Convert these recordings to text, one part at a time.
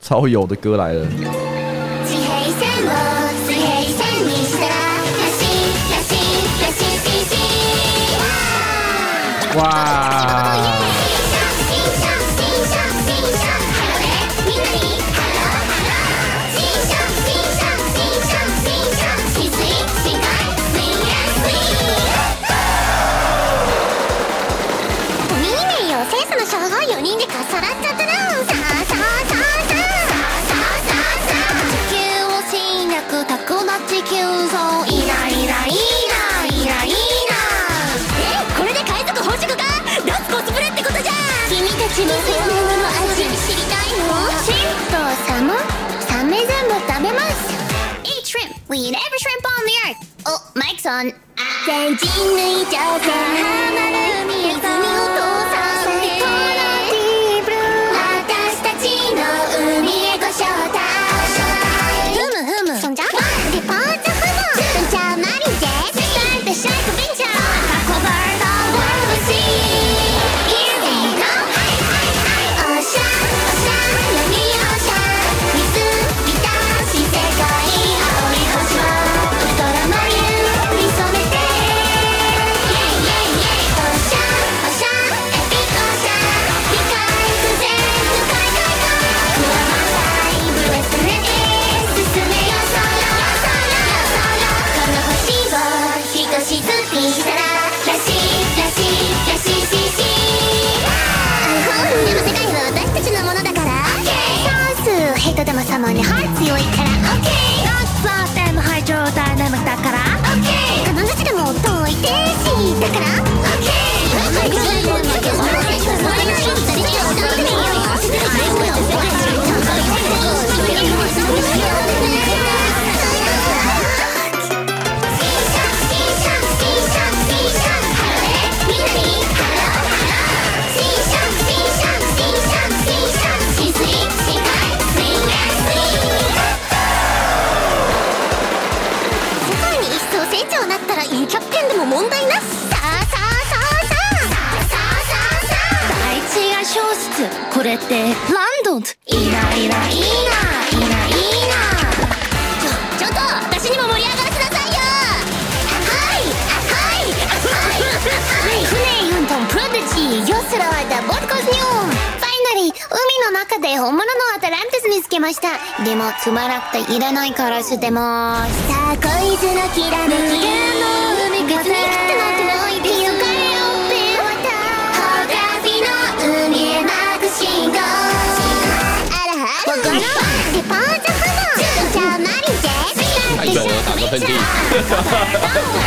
超有的歌来了。哇！ 4人でかっさらっちゃったな。さあさあさあさあ地球を侵略たくな地球像イライライライライラ。これで海賊捕食か。脱コスプレってことじゃん。君たちの本物の味知りたいの。シンとサモンサメ全部食べます。 Eat shrimp, we eat every shrimp on the earth. お、マイクさん。全人類上手離る海へ水にお父さんでも様にハーツ強いから OK ダンスはでもハイジョーダイナミックだから OK 彼女たちでも遠い天使だから OK ハイジョーダイナミックだからキャプテンでも問題なし。さあさあさあさあさあさあさあ第一夜消失。これってランドンイライラいいないいないいな。ちょっと私にも盛り上がらせなさいよ。はいはいはい船ユントンプロデジヨスラワダボッコスニョン。ファイナリー海の中で本物のアトランティス見つけました。でもつまらくていらないから捨てます。さあこいつのきらめき別に食ってなんてないです。よかれよペンワタホグラフィの海へまく信号。あらはわからんデパーチャーファナじゃあマリジェ太久了，打个喷嚏。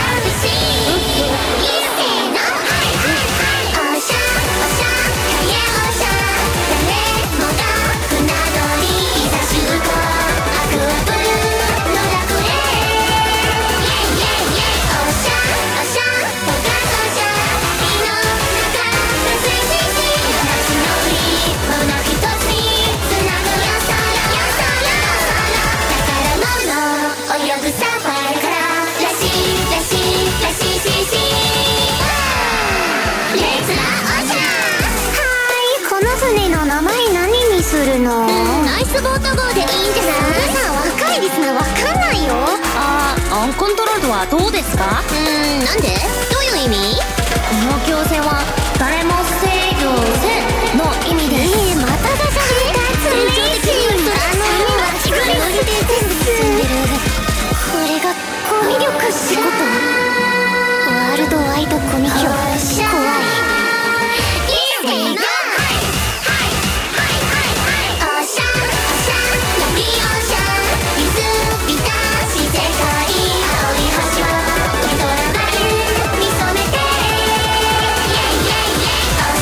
するの。ナイスボート号でいいんじゃない。さあ若いリスナーわかんないよ。 アンコントロールはどうですか。 なんでどういう意味。 この強制は誰も制御せんの意味です。 またダジャレ。成長的にウルトラ3人は地下乗りで進んでる。これがコミ力ってこと。ワールドワイドコミ力怖い。お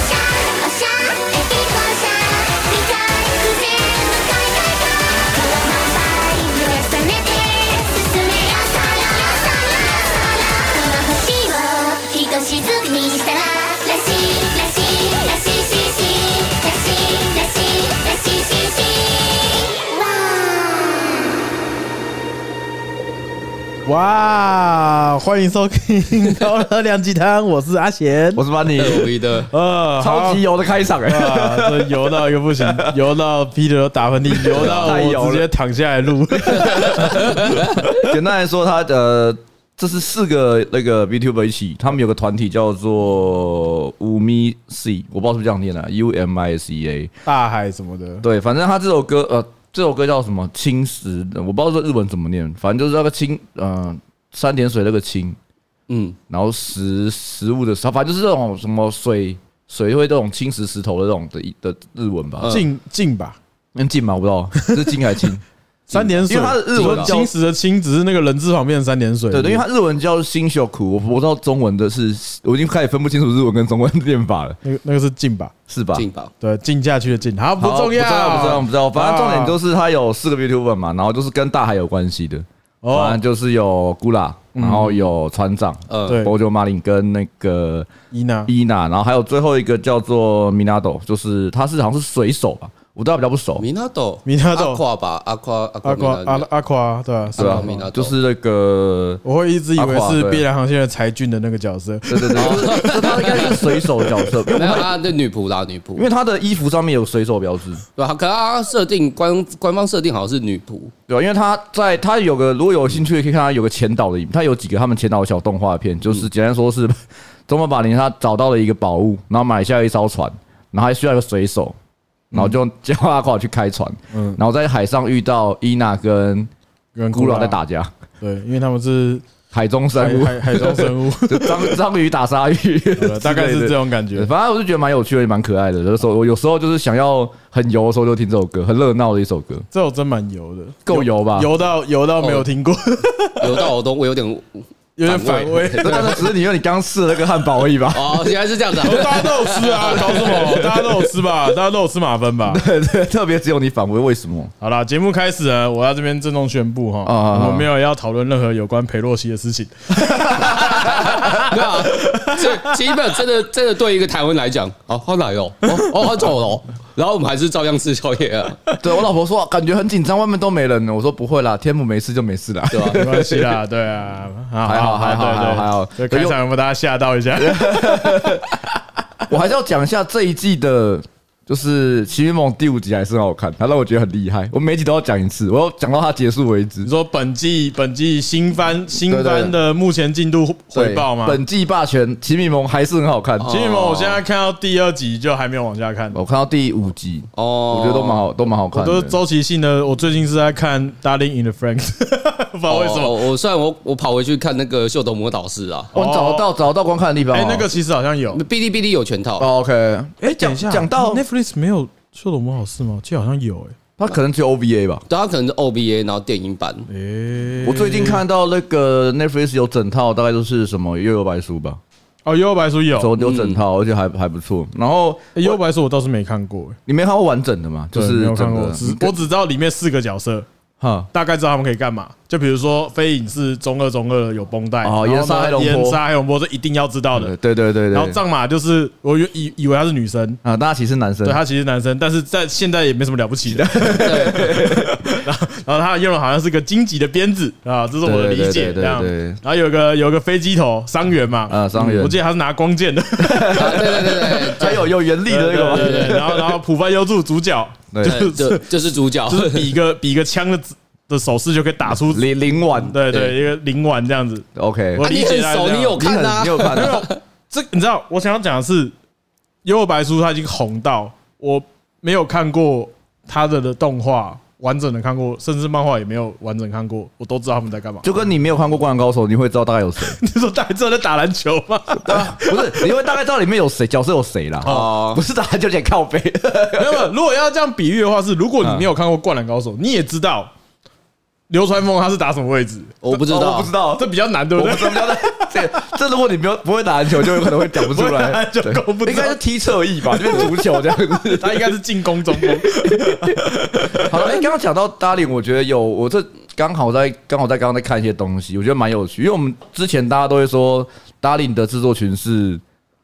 哇，欢迎收听高热量鸡汤，我是阿贤， 我是班尼， 有味的， 超级油的开场啊，这油到一个不行，油到 Peter 都打喷嚏，油到我直接躺下来录。 简单来说，这是4个那个 VTuber 一起，他们有个团体叫做 UMISEA， 我不知道是不是这样念的 ，UMISEA， 大海什么的。 对，反正他这首歌叫什么？青石，我不知道这日文怎么念，反正就是那个青，三点水那个青，然后食物的食，反正就是这种什么水会这种侵蚀石头的这种的日文吧？ 静吧？ 跟静吗？我不知道是静还是清。 三点水， 因为它的日文侵蚀的侵只是那个人字旁边的三点水。 对，因为它日文叫新秀苦，我不知道中文的是，我已经开始分不清楚日文跟中文的念法了。 那个是静吧？ 是吧？ 静吧？ 对，静下去的静。好，不重要， 不知道。反正重点就是它有4个 VTuber 嘛，然后就是跟大海有关系的。反正就是有 Gula， 然后有船长， 对 Bojo Marin 跟那个伊娜， 然后还有最后一个叫做 Minato， 就是他好像是水手吧。我对他比较不熟。 米纳豆， 阿夸吧，阿夸， 对啊， 是吧？就是那个， 我会一直以为是碧蓝航线的柴俊的那个角色。 对，就是他应该是水手的角色， 没有他的女仆， 因为他的衣服上面有水手标志。 对啊，可是他设定官方设定好像是女仆， 对啊，因为他有个，如果有兴趣可以看他有个前导的，他有几个他们前导的小动画片，就是简单说是中马把林他找到了一个宝物，然后买下一艘船，然后还需要一个水手。然后就叫阿夸去开船，然后在海上遇到伊娜跟古老在打架。 对，因为他们是海中生物， 海中生物， 就章鱼打鲨鱼， 大概是这种感觉。 反正我就觉得蛮有趣的，也蛮可爱的。我有时候就是想要很油的时候就听这首歌，很热闹的一首歌。 这首真蛮油的， 够油吧？ 油到没有听过， 油到我有点反胃， 但是只是因为你刚试了那个汉堡而已吧？ 哦，原来是这样子， 大家都有吃啊，搞什么？大家都有吃吧？大家都有吃马芬吧？ 对，特别只有你反胃，为什么？ 好啦，节目开始了，我要这边郑重宣布哈，我们没有要讨论任何有关裴洛西的事情。 对啊，这基本真的对一个台湾来讲，好奶哦，好丑哦。然后我们还是照样吃宵夜啊。 对我老婆说感觉很紧张，外面都没人了。我说不会啦，天母没事就没事啦， 对吧？ 没关系啦，对啊， 还好。 这开场有没有大家吓到一下？ 我还是要讲一下这一季的，就是《奇遇梦》第5集还是很好看，它让我觉得很厉害。我每一集都要讲一次，我要讲到它结束为止。 你说本季新番的目前进度回报吗？ 本季霸权《奇遇梦》还是很好看。《 奇遇梦》我现在看到第2集就还没有往下看， 我看到第5集哦，我觉得都蛮好看的。 都是周期性的。我最近是在看《Darling in the Franxx》，不知道为什么。 我虽然我跑回去看那个《秀逗魔导士》啊， 我找得到观看的地方。 那个其实好像有哔哩哔哩有全套。 OK， 讲到 Netflix 没有。秀逗魔导士吗？记得好像有他可能只有 OVA 吧？ 对，他可能是 OVA， 然后电影版。 我最近看到那个 Netflix 有整套，大概都是什么《幽游白书》吧？ 哦，《幽游白书》 有整套，而且还不错。然后 《幽游白书》我倒是没看过， 你没看过完整的吗？就是没有看过，我只知道里面4个角色。大概知道他们可以干嘛，就比如说飞影是中二有绷带， 岩沙黑龙波这一定要知道的， 对。 然后藏马就是我以为他是女生啊，但他其实是男生， 对他其实是男生，但是在现在也没什么了不起的。然后他的用的好像是个荆棘的鞭子啊，这是我的理解。这样，然后有个飞机头伤员嘛， 伤员， 我记得他是拿光剑的， 对， 还有原力的那个， 对，然后浦饭优助主角。 就是主角， 就是比个枪的手势就可以打出零丸， 对，一个零丸这样子。 OK， 你很熟，你有看啊？ 你有看？ 这你知道，我想要讲的是，《幽游白书》它已经红到我没有看过它的动画完整的看过，甚至漫画也没有完整看过，我都知道他们在干嘛。 就跟你没有看过《灌篮高手》，你会知道大概有谁？ 你说大概知道在打篮球吗？ 不是，你会大概知道里面有谁，角色有谁啦。不是打篮球点靠背。 没有，如果要这样比喻的话，是如果你没有看过《灌篮高手》，你也知道流川枫他是打什么位置？ 我不知道， 这比较难，对不对？ 这如果你不会打篮球，就有可能会讲不出来。应该是踢侧翼吧，就是足球这样子。 他应该是进攻中锋。 好了，刚刚讲到 Darling， 我觉得我这刚好在看一些东西，我觉得蛮有趣。因为我们之前大家都会说 Darling 的制作群是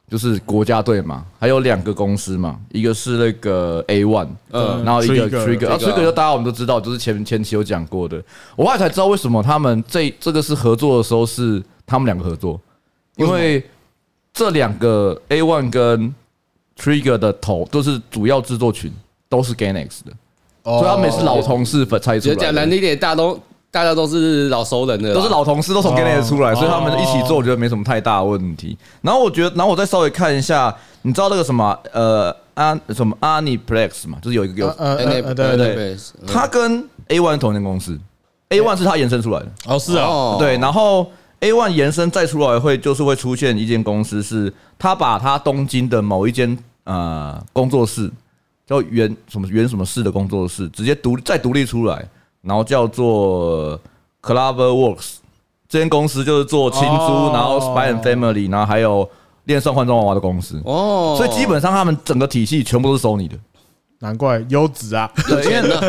就是国家队嘛，还有2个公司嘛，一个是那个 A1，然后一个 Trigger， 啊 Trigger 就大家我们都知道，就是前期有讲过的。我后来才知道为什么他们这个是合作的时候是他们2个合作，因为这2个 A1 跟 Trigger 的头都是主要制作群，都是 Gainax 的，所以他们也是老同事猜出来的。 讲难听点，大家都是老熟人的， 都是老同事，都从 Gainax 出来，所以他们一起做，我觉得没什么太大的问题。然后我再稍微看一下，你知道那个什么什么 Aniplex 嘛，就是有一个对，他跟 A1 同一间公司 ，A1 是他延伸出来的。 哦，是啊， 对，然后 A1 延伸再出来会出现一间公司，是他把他东京的某一间工作室叫原什么市的工作室，直接再独立出来。然后叫做 CloverWorks， 这间公司就是做青珠，然后 Spy and Family， 然后还有恋上换装娃娃的公司。所以基本上他们整个体系全部都是Sony的， 难怪优质啊。 对，因为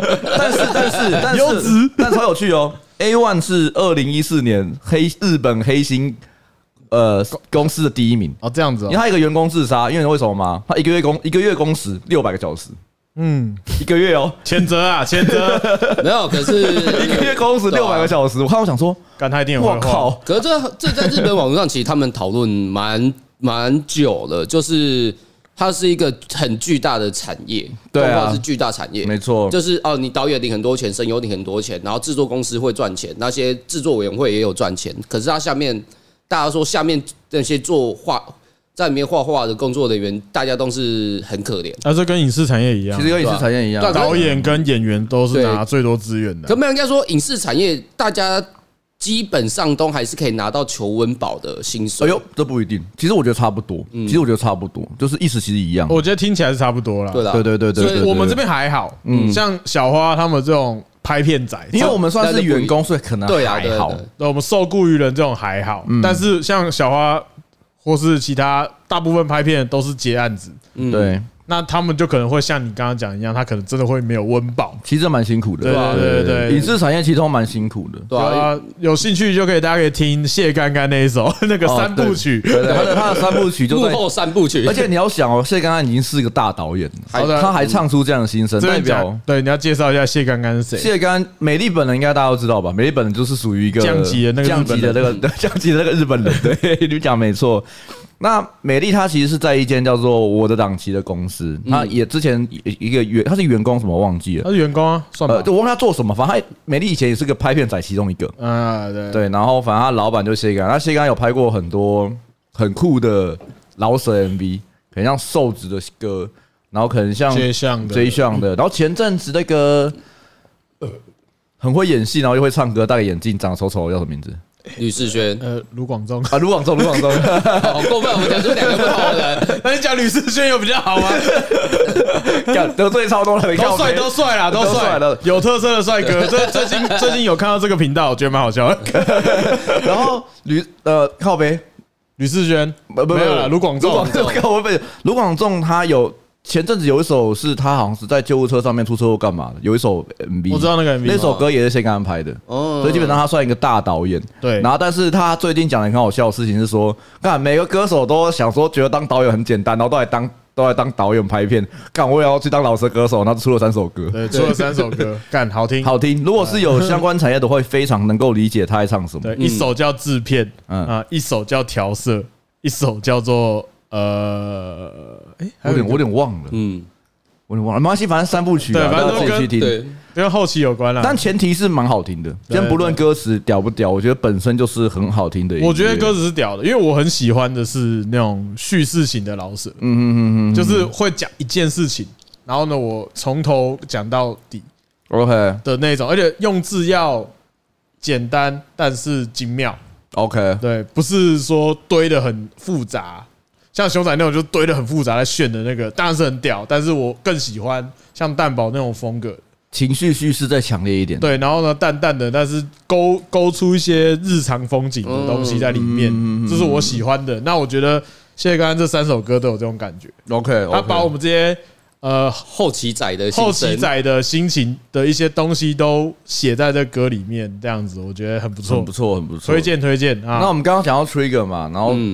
但超有趣哦。A1 是2014年日本黑心公司的第1名哦，这样子哦。 因为他一个员工自杀，因为为什么吗？他一个月工时600个小时。1个月哦， 谴责啊，谴责！ 没有，可是 1个月工时600个小时，我想说， 干他一定有。 我靠！ 可是这在日本网络上，其实他们讨论蛮久了，就是它是一个很巨大的产业， 对啊， 动画是巨大产业， 没错。 就是你导演领很多钱，声优领很多钱，然后制作公司会赚钱，那些制作委员会也有赚钱。可是它下面大家说，下面那些在里面画画的工作人员，大家都是很可怜。 这跟影视产业一样， 其实跟影视产业一样， 导演跟演员都是拿最多资源的。 可没有人家说影视产业，大家基本上都还是可以拿到求温饱的薪水。 哎呦，这不一定。其实我觉得差不多。就是意思其实一样。 我觉得听起来是差不多啦。 对啦， 对。 所以我们这边还好。像小花他们这种拍片仔， 因为我们算是员工，所以可能还好。 我们受雇于人这种还好，但是像小花。或是其他大部分拍片都是接案子， 对， 那他们就可能会像你刚刚讲一样，他可能真的会没有温饱， 其实蛮辛苦的， 对， 影视产业其实都蛮辛苦的， 对啊， 有兴趣大家可以听谢刚刚那一首那个3部曲， 对，他的3部曲就幕后3部曲， 而且你要想哦，谢刚刚已经是一个大导演了，他还唱出这样的心声，代表对你要介绍一下谢刚刚是谁？ 谢刚美丽本人应该大家都知道吧？美丽本人就是属于一个降级的那个日本人，对，你讲没错。那美丽她其实是在一间叫做我的档期的公司，她也之前她是员工什么忘记了， 她是员工啊，算吧， 我忘了她做什么，反正美丽以前也是个拍片仔其中一个，对，然后反正她老板就谢刚，谢刚有拍过很多很酷的老舍 MV， 可能像瘦子的歌，然后可能像追像的，然后前阵子那个很会演戏，然后又会唱歌，戴个眼镜，长得丑丑的，叫什么名字？ 吕世轩， 卢广仲啊，卢广仲， 好过分，我们讲出2个不同的人， 那你讲吕世轩有比较好吗？ 得罪超多人， 都帅啦，都帅了，有特色的帅哥。最近有看到这个频道，我觉得蛮好笑的。 然后靠北吕世轩没有了，卢广仲， 卢广仲他有。前阵子有一首是他好像是在救护车上面出车祸干嘛的，有一首 MV， 我知道那个 MV， 那首歌也是谢刚拍的，所以基本上他算一个大导演。 对， 然后但是他最近讲的很好笑的事情是说，看每个歌手都想说觉得当导演很简单，然后都来当导演拍片，干我也要去当老舌歌手，然后出了3首歌， 对，出了3首歌，干好听。 如果是有相关产业的，会非常能够理解他在唱什么。 对，一首叫制片，一首叫调色，一首叫做。我有点忘了，我有点忘了，没关系，反正3部曲，大家自己去听， 跟后期有关啦。 但前提是蛮好听的，先不论歌词屌不屌，我觉得本身就是很好听的。 我觉得歌词是屌的，因为我很喜欢的是那种叙事型的老舍，就是会讲一件事情，然后呢，我从头讲到底 ，OK 的那种，而且用字要简单但是精妙。 OK， 对，不是说堆得很复杂，像熊仔那种就堆得很复杂在炫的那个，当然是很屌，但是我更喜欢像蛋堡那种风格， 情绪叙事再强烈一点。 对，然后呢，淡淡的，但是勾出一些日常风景的东西在里面，这是我喜欢的。那我觉得谢刚刚这3首歌都有这种感觉。 OK， 他把我们这些后期仔的心情的一些东西都写在这歌里面，这样子我觉得很不错， 很不错。 推荐啊！ 那我们刚刚讲到 Trigger 嘛，然后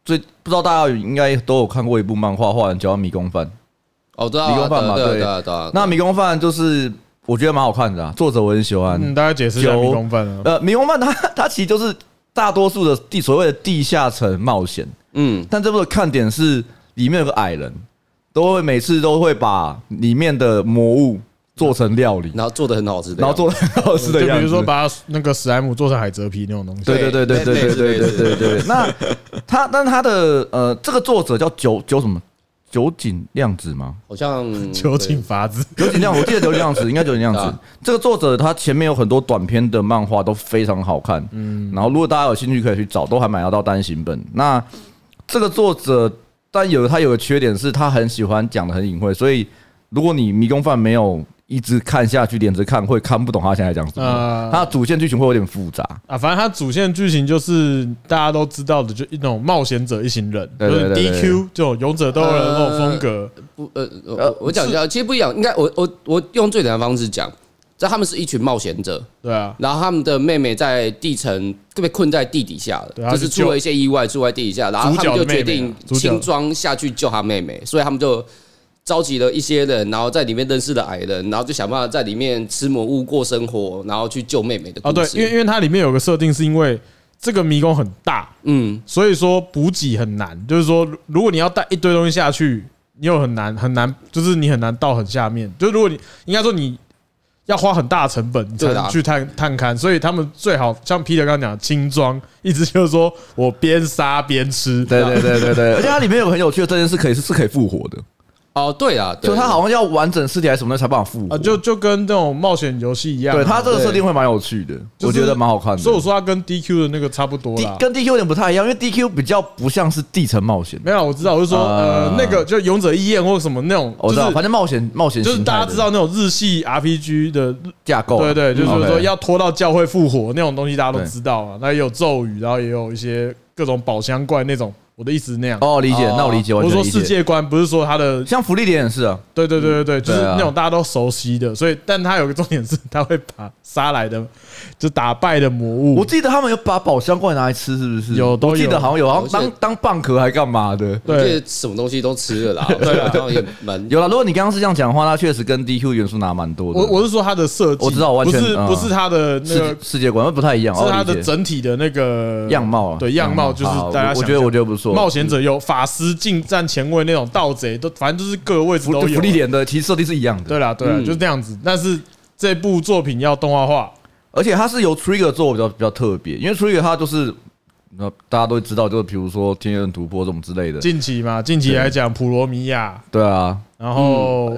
不知道大家应该都有看过一部漫画，画人叫《迷宫饭》。 哦，对啊， 迷宫饭嘛，对。那迷宫饭就是我觉得蛮好看的啊，作者我很喜欢。 大概解释一下迷宫饭啊。 迷宫饭它其实就是大多数的所谓的地下城冒险。但这部的看点是里面有个矮人，每次都会把里面的魔物做成料理， 然后做的很好吃的， 然后做的很好吃的样子。 就比如说把那个史莱姆做成海蜇皮那种东西。 对。那他的这个作者叫酒井亮子吗？ 好像酒井法子， 酒井亮，我记得酒井亮子应该酒井亮子。这个作者他前面有很多短篇的漫画都非常好看，然后如果大家有兴趣可以去找，都还买得到单行本。那这个作者，但他有个缺点是他很喜欢讲的很隐晦，所以如果你迷宫饭没有一直看下去，连着看会看不懂他现在讲什么。他的主线剧情会有点复杂啊。反正他主线剧情就是大家都知道的，就一种冒险者一行人，就是 DQ 这种勇者斗恶人那种风格。 我讲一下，其实不一样。应该我用最简单的方式讲，他们是一群冒险者， 对啊。 然后他们的妹妹在地层被困在地底下了，就是出了一些意外住在地底下，然后他们就决定轻装下去救他妹妹，所以他们就召集了一些人，然后在里面认识了矮人，然后就想办法在里面吃魔物过生活，然后去救妹妹的故事。 对，因为它里面有个设定，是因为这个迷宫很大，所以说补给很难。就是说，如果你要带一堆东西下去，你又很难，就是你很难到很下面。就是如果你应该说你要花很大的成本，你才能去探勘。所以他们最好像 Peter 刚刚讲轻装，意思就是说我边杀边吃。 对。而且它里面有个很有趣的这件事，可以复活的。 哦，对啊， 就他好像要完整尸体还是什么的才办法复活就跟这种冒险游戏一样。 对，他这个设定会蛮有趣的，我觉得蛮好看的。 所以我说他跟 DQ 的那个差不多啦， 跟 DQ 有点不太一样，因为 DQ 比较不像是地层冒险。 没有，我知道，我是说那个就勇者义彦或什么那种， 我知道，反正冒险就是大家知道那种日系 RPG 的架构， 对，就是说要拖到教会复活那种东西，大家都知道啊。那也有咒语，然后也有一些各种宝箱怪那种。我的意思是那样理解，那我理解。 我说世界观不是说他的像福利点也是啊， 对，就是那种大家都熟悉的，所以但他有个重点是，他会把杀来的就打败的魔物。 我记得他们有把宝箱怪拿来吃，是不是？ 有， 我记得好像有，好像当蚌壳还干嘛的？ 对，什么东西都吃了啦。对啊，也蛮有了。如果你刚刚是这样讲的话，那确实跟 DQ 元素拿蛮多的。 我是说他的设计， 我知道，完全不是他的那个世界观不太一样， 是他的整体的那个样貌。 对，样貌就是大家我觉得不错。 冒险者有法师近战前卫那种盗贼，都反正就是各个位置都有。 福利点的其实设定是一样的。 对啦，就是这样子。但是这部作品要动画化， 而且它是由 Trigger 做比较特别，因为 Trigger 它就是大家都知道，就是比如说天元突破这种之类的。 近期来讲，普罗米亚， 对啊， 然后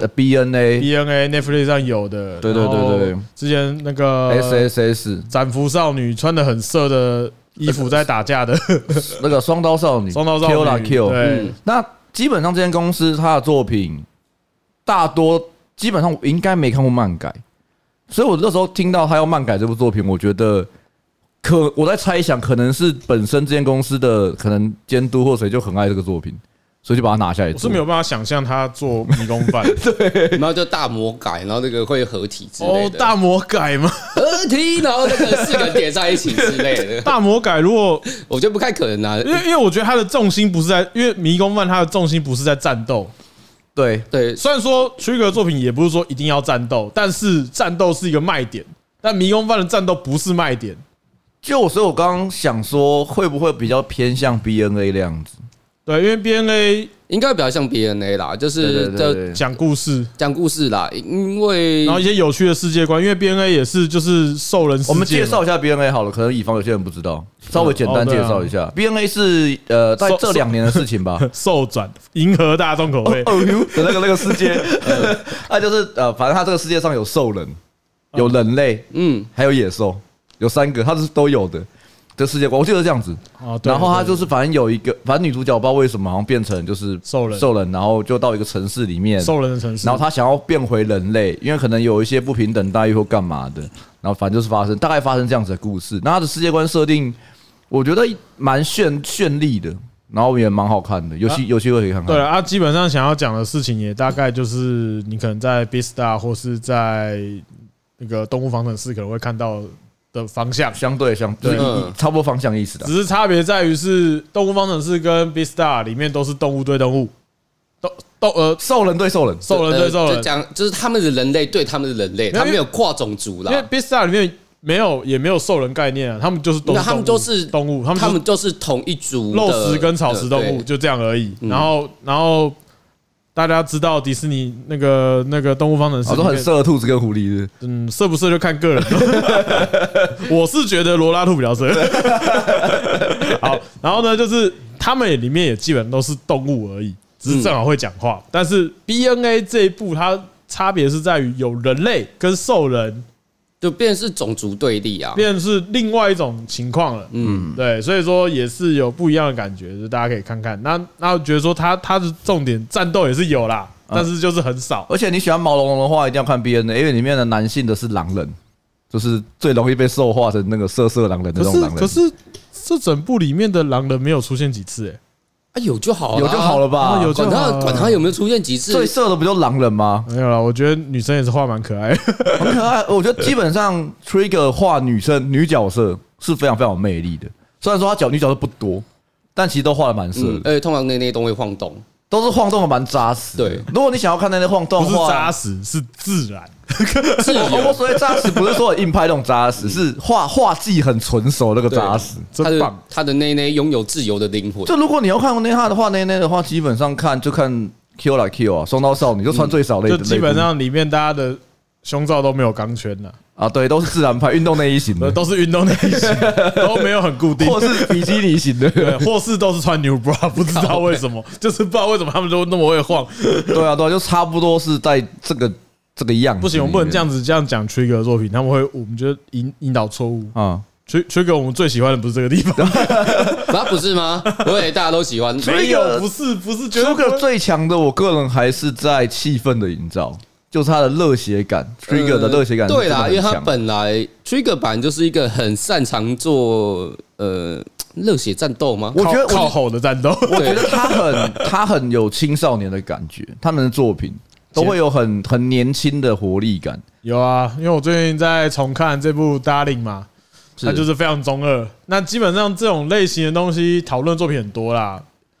BNA Netflix 上有的， 对， 之前那个 SSS 斩服少女穿的很色的衣服在打架的那个双刀少女 Kill， 对， 那基本上这间公司它的作品大多基本上我应该没看过漫改，所以我那时候听到他要漫改这部作品，我觉得我在猜想，可能是本身这间公司的可能监督或谁就很爱这个作品，所以就把它拿下来做。 我是没有办法想象他做迷宫饭， 对，然后就大魔改，然后那个会合体之类的。 大魔改吗？ 合体，然后那个4个叠在一起之类的。 大魔改，如果我觉得不太可能啊， 因为我觉得他的重心不是在，因为迷宫饭他的重心不是在战斗。 对， 虽然说 Trigger 作品也不是说一定要战斗，但是战斗是一个卖点，但迷宫饭的战斗不是卖点。 所以我刚刚想说，会不会比较偏向 BNA 那样子？ 对，因为 BNA 应该比较像 BNA 啦，就是讲故事啦，因为然后一些有趣的世界观，因为 BNA 也是就是兽人世界。 我们介绍一下 BNA 好了，可能以防有些人不知道，稍微简单介绍一下。BNA 是在这2年的事情吧， 兽转迎合大众口味的那个世界，它就是反正它这个世界上有兽人，有人类，还有野兽，有3个，它是都有的。这世界观我记得是这样子，然后他就是反正有一个，反正女主角不知道为什么好像变成就是兽人，然后就到一个城市里面， 兽人的城市， 然后他想要变回人类，因为可能有一些不平等待遇或干嘛的，然后反正就是大概发生这样子的故事。那他的世界观设定，我觉得蛮绚丽的，然后也蛮好看的，有机会可以看看。 对啊，基本上想要讲的事情也大概就是你可能在 Beastars 或是在那个动物方程式可能会看到的方向， 相对就是差不多方向意思的， 只是差别在于是动物方程式跟 Beastars 里面都是动物对动物， 兽人对兽人， 兽人对兽人， 就是他们的人类对他们的人类，他没有跨种族啦。 因为 Beastars 里面也没有兽人概念啊，他们就是动物， 他们都是动物， 他们就是同一族肉食跟草食动物，就这样而已。然后大家知道迪士尼那个动物方程式都很适合兔子跟狐狸的， 适不适就看个人。我是觉得罗拉兔比较适合。好，然后呢，就是他们里面也基本都是动物而已，只是正好会讲话。但是 BNA 这一部它差别是在于有人类跟兽人。 就变成是种族对立啊， 变成是另外一种情况了。对，所以说也是有不一样的感觉，就大家可以看看。那我觉得说他的重点战斗也是有啦，但是就是很少。 而且你喜欢毛茸茸的话，一定要看 BNA， 因为里面的男性的是狼人，就是最容易被兽化成那个色狼人的那种狼人。 可是这整部里面的狼人没有出现几次有就好了， 有就好了吧？ 管他有没有出现几次。 最色的不就狼人吗？ 没有啦，我觉得女生也是画蛮可爱的， 很可爱。我觉得基本上 Trigger 画女角色是非常非常有魅力的。虽然说他女角色不多，但其实都画的蛮色的。 而且通常那都会晃动， 都是晃动的蛮扎实。 对， 如果你想要看那些晃动的话， 不是扎实，是自然。 我所谓扎实不是说硬派那种扎实，是画技很纯熟那个扎实， 真棒。 他的内拥有自由的灵魂。 就如果你要看内哈的话，内的话，基本上看 Kill like Kill 啊，双刀少女就穿最少类的， 就基本上里面大家的胸罩都没有钢圈了啊，对，都是自然派运动内衣型的， 都是运动内衣型，都没有很固定， 或是比基尼型的， 对，或是都是穿 New Bra， 不知道为什么，就是不知道为什么他们都那么会晃。 对啊，就差不多是在这个样子。 不行，我们不能这样讲 Trigger 的作品，我们觉得引导错误啊。Trigger 我们最喜欢的不是这个地方， 那不是吗？我以为大家都喜欢。 没有，不是。 Trigger 最强的，我个人还是在气氛的营造，就是他的热血感。Trigger 的热血感， 对啦，因为他本来 Trigger 版就是一个很擅长做热血战斗吗？ 我觉得靠吼的战斗， 我觉得他很有青少年的感觉，他们的作品。都会有很年轻的活力感。 有啊，因为我最近在重看这部《Darling》嘛，它就是非常中二。那基本上这种类型的东西讨论作品很多啦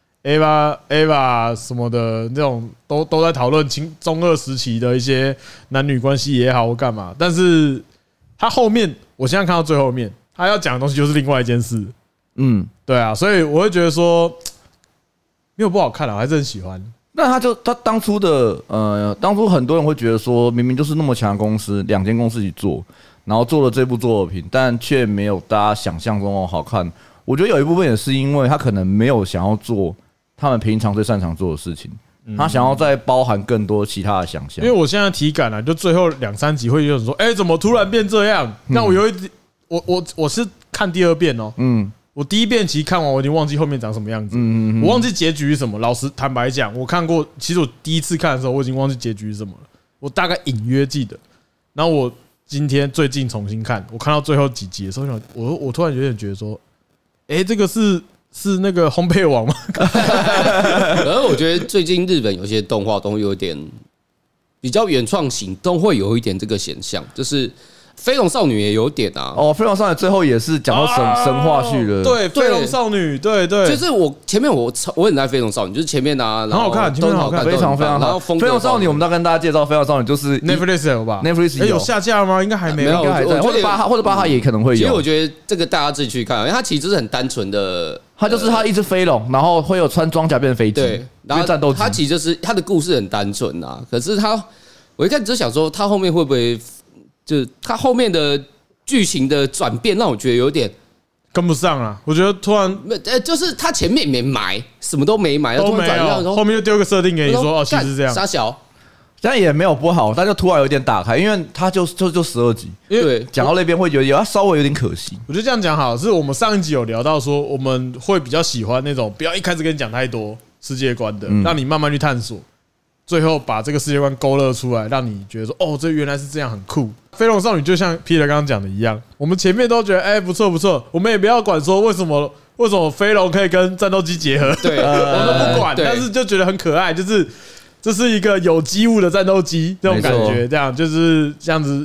，Ava 什么的那种都在讨论中二时期的一些男女关系也好或干嘛。但是他后面，我现在看到最后面，他要讲的东西就是另外一件事。对啊，所以我会觉得说没有不好看啦，我还是很喜欢。 那他当初的当初很多人会觉得说，明明就是那么强的公司，两间公司一起做，然后做了这部作品，但却没有大家想象中好看。我觉得有一部分也是因为他可能没有想要做他们平常最擅长做的事情，他想要再包含更多其他的想象。 因为我现在体感啊，就最后2-3集会有人说，怎么突然变这样？那我有一点，我是看第2遍哦，我第1遍其实看完，我已经忘记后面长什么样子。我忘记结局是什么。老实坦白讲，我看过，其实我第一次看的时候，我已经忘记结局是什么了。我大概隐约记得。然后我最近重新看，我看到最后几集的时候，我突然有点觉得说，这个是那个烘焙王吗？ 而我觉得最近日本有些动画都有点比较原创型，都会有一点这个现象，就是。飞龙少女也有点啊， 飞龙少女最后也是讲到神话去了。 对，飞龙少女，对， 就是我前面我很爱飞龙少女，就是前面啊， 很好看， 都很好看， 非常非常好。飞龙少女，我们要跟大家介绍，飞龙少女就是 Netflix 有吧 ？Netflix 有下架吗？应该还没有， 应该还在，或者巴哈也可能会有。 其实我觉得这个大家自己去看，因为它其实就是很单纯的， 它就是它一只飞龙，然后会有穿装甲变成飞机， 对，然后战斗机。 它其实就是它的故事很单纯啊，可是我一开始就想说，它后面会不会就是它后面的。剧情的转变让我觉得有点跟不上了。我觉得突然， 就是他前面没埋，什么都没埋， 都没有，后面就丢个设定给你说，其实是这样。 傻小， 但也没有不好，但就突然有点打开，因为他就12集， 因为讲到那边会觉得稍微有点可惜。 我觉得这样讲好，是我们上一集有聊到说，我们会比较喜欢那种不要一开始跟你讲太多世界观的，让你慢慢去探索。最后把这个世界观勾勒出来，让你觉得说，这原来是这样，很酷。飞龙少女就像 Peter 刚刚讲的一样，我们前面都觉得，不错不错，我们也不要管说为什么飞龙可以跟战斗机结合， 对， 我们都不管，但是就觉得很可爱，就是这是一个有机物的战斗机这种感觉，这样就是这样子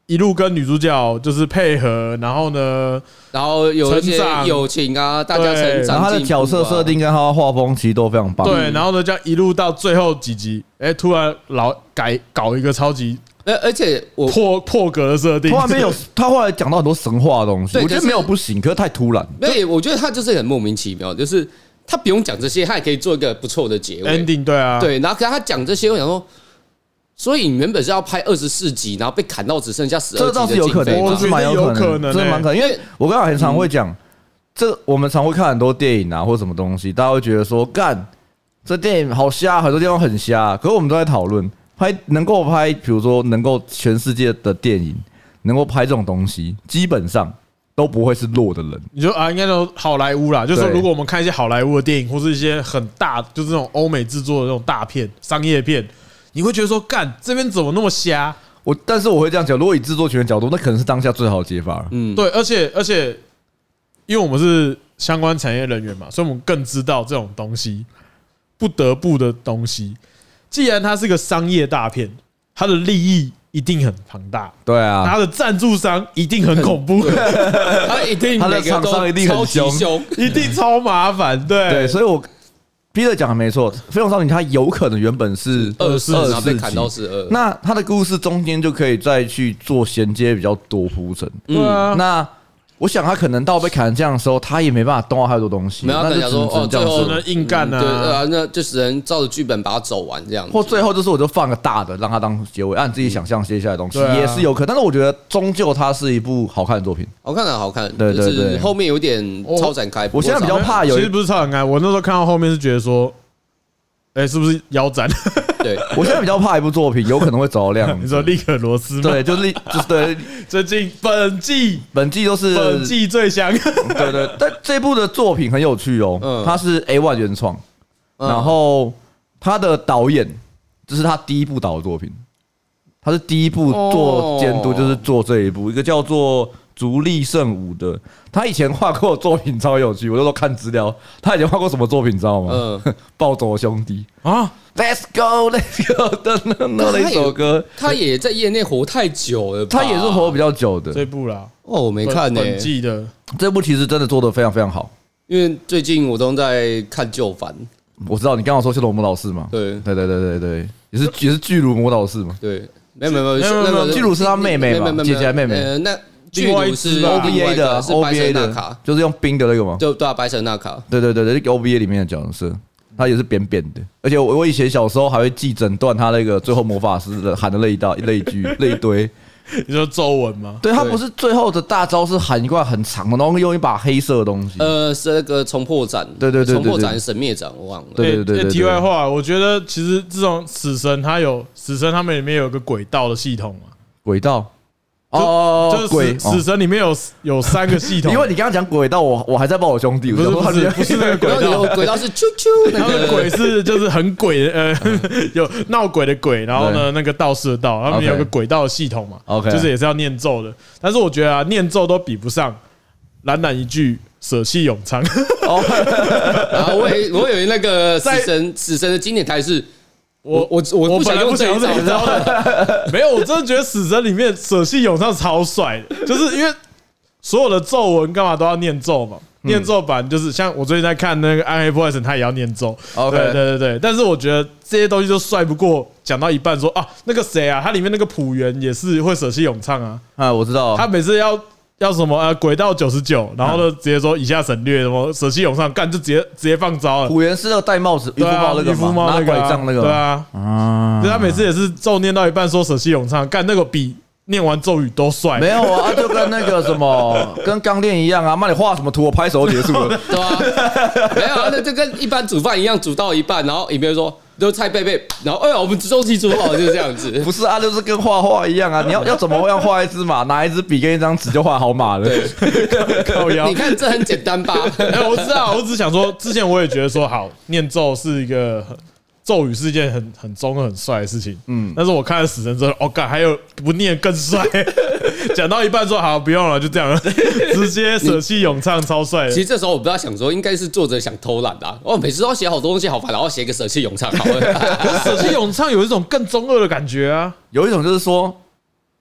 一路跟女主角就是配合，然后呢， 然后有一些友情啊，大家成长， 然后他的角色设定跟他的画风其实都非常棒。 对，然后呢，这样一路到最后几集，突然搞一个超级。 而且我破格的设定， 他后来讲到很多神话的东西，我觉得没有不行，可是太突然。 对，我觉得他就是很莫名其妙，就是他不用讲这些，他也可以做一个不错的结尾 ending。对啊， 对，然后可是他讲这些，我想说，所以你原本是要拍24集，然后被砍到只剩下12集的经费， 这倒是有可能， 我是蛮有可能，这蛮可能，因为我刚才很常会讲，我们常会看很多电影啊或什么东西，大家会觉得说，干这电影好瞎，很多地方很瞎，可是我们都在讨论。能够拍，比如说能够全世界的电影能够拍这种东西，基本上都不会是弱的人。 你说应该说好莱坞啦，就是说如果我们看一些好莱坞的电影，或是一些很大，就是那种欧美制作的那种大片、商业片，你会觉得说，干这边怎么那么瞎？ 但是我会这样讲，如果以制作权的角度，那可能是当下最好的解法了。 对，而且，因为我们是相关产业人员嘛，所以我们更知道这种东西不得不的东西。既然它是个商业大片，它的利益一定很庞大， 对啊， 它的赞助商一定很恐怖， 他一定他的厂商一定很凶， 一定超麻烦，对， 所以我Peter 讲的没错，《飞龙少女》它有可能原本是 24集，被砍到12， 那它的故事中间就可以再去做衔接比较多铺陈， 对啊， 那。我想他可能到被砍成这样的时候，他也没办法动到太多东西， 没有他讲说最后呢硬干啊， 对啊，那就只能照着剧本把它走完这样子， 或最后就是我就放个大的让他当结尾，按自己想象接下来的东西也是有可能，但是我觉得终究它是一部好看的作品， 好看的好看， 对， 就是后面有点超展开。 我现在比较怕其实不是超展开，我那时候看到后面是觉得说，是不是腰斩？ 对， 我现在比较怕一部作品有可能会着亮。 你说利可罗斯吗？ 对，就是对。 最近本季都是本季最香。 对，但这部的作品很有趣哦，它是 A1 原创，然后他的导演这是他第一部导的作品，他是第一部做监督，就是做这一部，一个叫做足利圣武的，他以前画过的作品超有趣，我那时候看资料，他以前画过什么作品你知道吗？暴走兄弟啊。Let's go 的那首歌， 他也在业内活太久了， 他也是活比较久的。 这部啦， 我没看呢。 本季的这部其实真的做得非常非常好， 因为最近我都在看旧番。 我知道你刚刚说《修罗魔导士》嘛，对，也是巨乳魔导士嘛， 对，没有， 巨乳是他妹妹嘛，姐姐妹妹， 那巨乳是 OVA 的， 是白神纳卡， 就是用冰的那个嘛， 对啊，白神纳卡， 对，这个 OVA 里面的角色。他也是扁扁的，而且我以前小时候还会记整段他那个最后魔法师的喊的那一堆。 你说皱纹吗？ 对，他不是最后的大招是喊一块很长的，然后用一把黑色的东西。 是那个重破斩， 对， 重破斩神灭斩，我忘了。 对。 题外话，我觉得其实这种死神他们里面有个轨道的系统嘛， 轨道。 就是死神里面有3个系统， 因为你刚刚讲轨道，我还在帮我兄弟， 不是那个轨道， 轨道是啾啾， 那个鬼是就是很鬼有闹鬼的鬼，然后呢那个道士的道，他们有个轨道的系统嘛，就是也是要念咒的，但是我觉得啊，念咒都比不上懒懒一句舍弃永昌。 然后我以为那个死神的经典台是。我不想用这一招的，没有，我真的觉得死神里面舍弃永昌超帅的，就是因为所有的咒文干嘛都要念咒嘛，念咒版就是像我最近在看那个暗黑破坏神，他也要念咒，对，但是我觉得这些东西都帅不过讲到一半说啊那个谁啊，他里面那个朴元也是会舍弃永昌啊， 我知道， 他每次要什么轨道99，然后呢直接说以下省略，什么舍弃永昌，干就直接放招了。 虎元是那个戴帽子渔夫帽那个拿拐杖那个， 对啊，他每次也是咒念到一半说舍弃永昌，干那个比念完咒语都帅。 没有啊，就跟那个什么跟钢炼一样啊，妈你画什么图我拍手就结束了， 对啊，没有啊，那就跟一般煮饭一样，煮到一半，然后里面说。就菜贝贝，然后我们周期煮好就是这样子。 不是啊，就是跟画画一样啊，你要怎么样画一只马，拿一支笔跟一张纸就画好马了。 靠腰， 你看这很简单吧？ 我知道，我只想说，之前我也觉得说，好念咒是一个咒语是一件很中很帅的事情，但是我看了死神之后，干还有不念更帅。讲到一半说好不用了，就这样了，直接舍弃咏唱，超帅。 其实这时候我不知道想说，应该是作者想偷懒的。我每次都要写好多东西，好烦，然后写一个舍弃咏唱好了。 可是舍弃咏唱有一种更中二的感觉啊， 有一种就是说，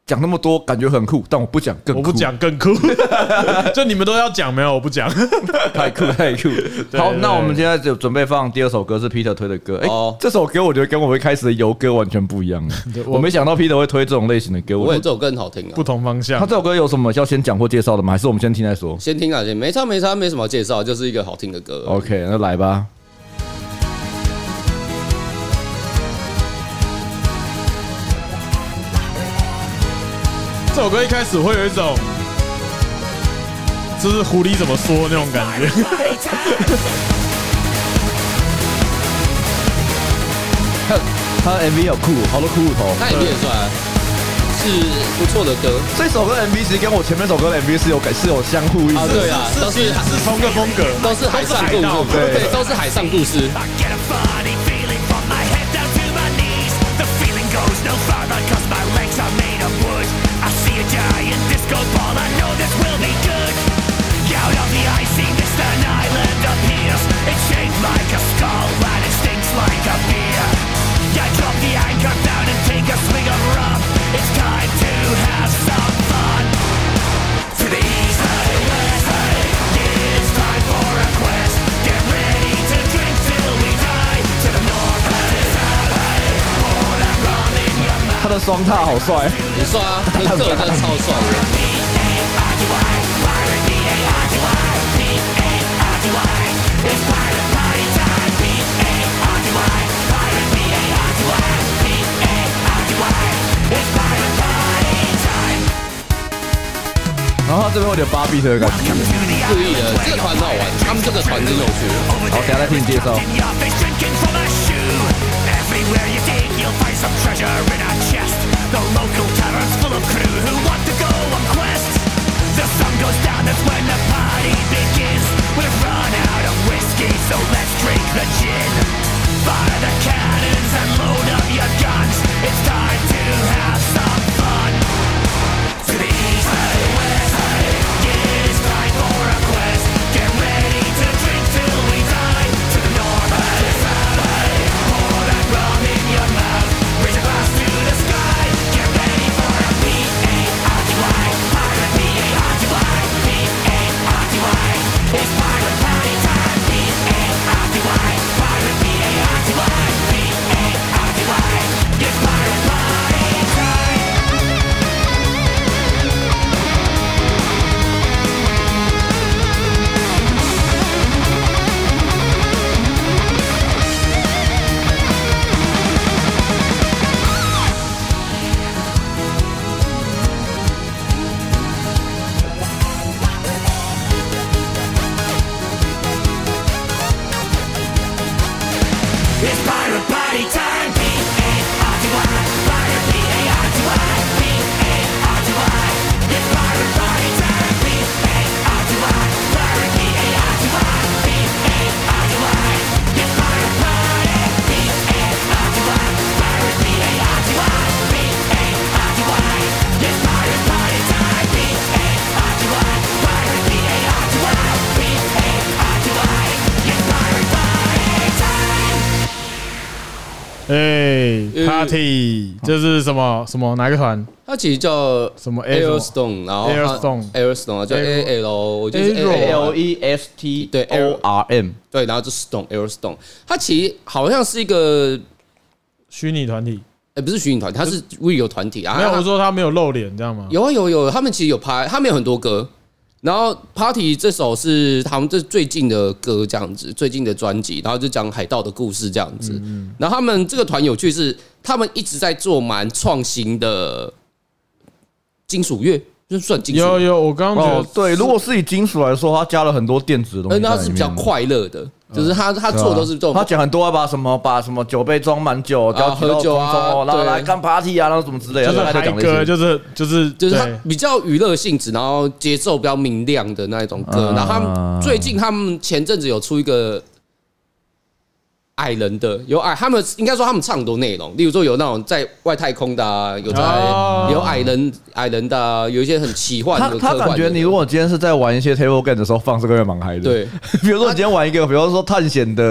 讲那么多感觉很酷，但我不讲更酷， 我不讲更酷，就你们都要讲没有？我不讲， 太酷太酷。好，那我们现在就准备放第二首歌，是 Peter 推的歌。这首歌我觉得跟我一开始的游歌完全不一样。我没想到 Peter 会推这种类型的歌， 我也这首歌很好听啊， 不同方向。 他这首歌有什么要先讲或介绍的吗？还是我们先听再说？ 先听啊，没差，没什么介绍，就是一个好听的歌。 OK， 那来吧。 这首歌一开始会有一种，就是狐狸怎么说那种感觉。 他的 MV 有酷，好多骷髅头， 他 MV 也帅，是不错的歌。 这首歌的 MV 其实跟我前面首歌的 MV 是有相互意思的。 对啊，都是同个风格， 都是海上故事，对，都是海上故事。 他的双踏好帅， 很帅啊，这个真的超帅的。 然后他这边有点8 beat 的感觉， 故意的，这个团很好玩，他们这个团很有趣。 好，等下再听你介绍。 Party 这是什么哪个团？ 它其实叫什么 Airstone， 然后 Airstone 叫 AL， 我觉得是 ALEST 对 ORM 对，然后就是 Airstone， 它其实好像是一个虚拟团体， 不是虚拟团体，它是 real 团体啊。 没有，我说他没有露脸，这样吗？ 有，他们其实有拍，他们有很多歌。然后 Party 这首是他们这最近的歌，这样子，最近的专辑，然后就讲海盗的故事这样子。然后他们这个团有趣是，他们一直在做蛮创新的金属乐，就算金属。 有，我刚刚觉得对，如果是以金属来说，他加了很多电子的东西， 那是比较快乐的。就是他做的都是这种， 他讲很多把什么酒杯装满酒，然后喝酒啊， 然后来干 party 啊，然后什么之类的， 就是嗨歌，就是他比较娱乐性质，然后节奏比较明亮的那一种歌。然后他们最近他们前阵子有出一个矮人的，他们应该说他们唱很多内容，例如说有那种在外太空的啊，有矮人的啊，有一些很奇幻的。 他感觉你如果今天是在玩一些 table game 的时候放这个也蛮嗨的。 对， 比如说你今天玩一个，比如说探险的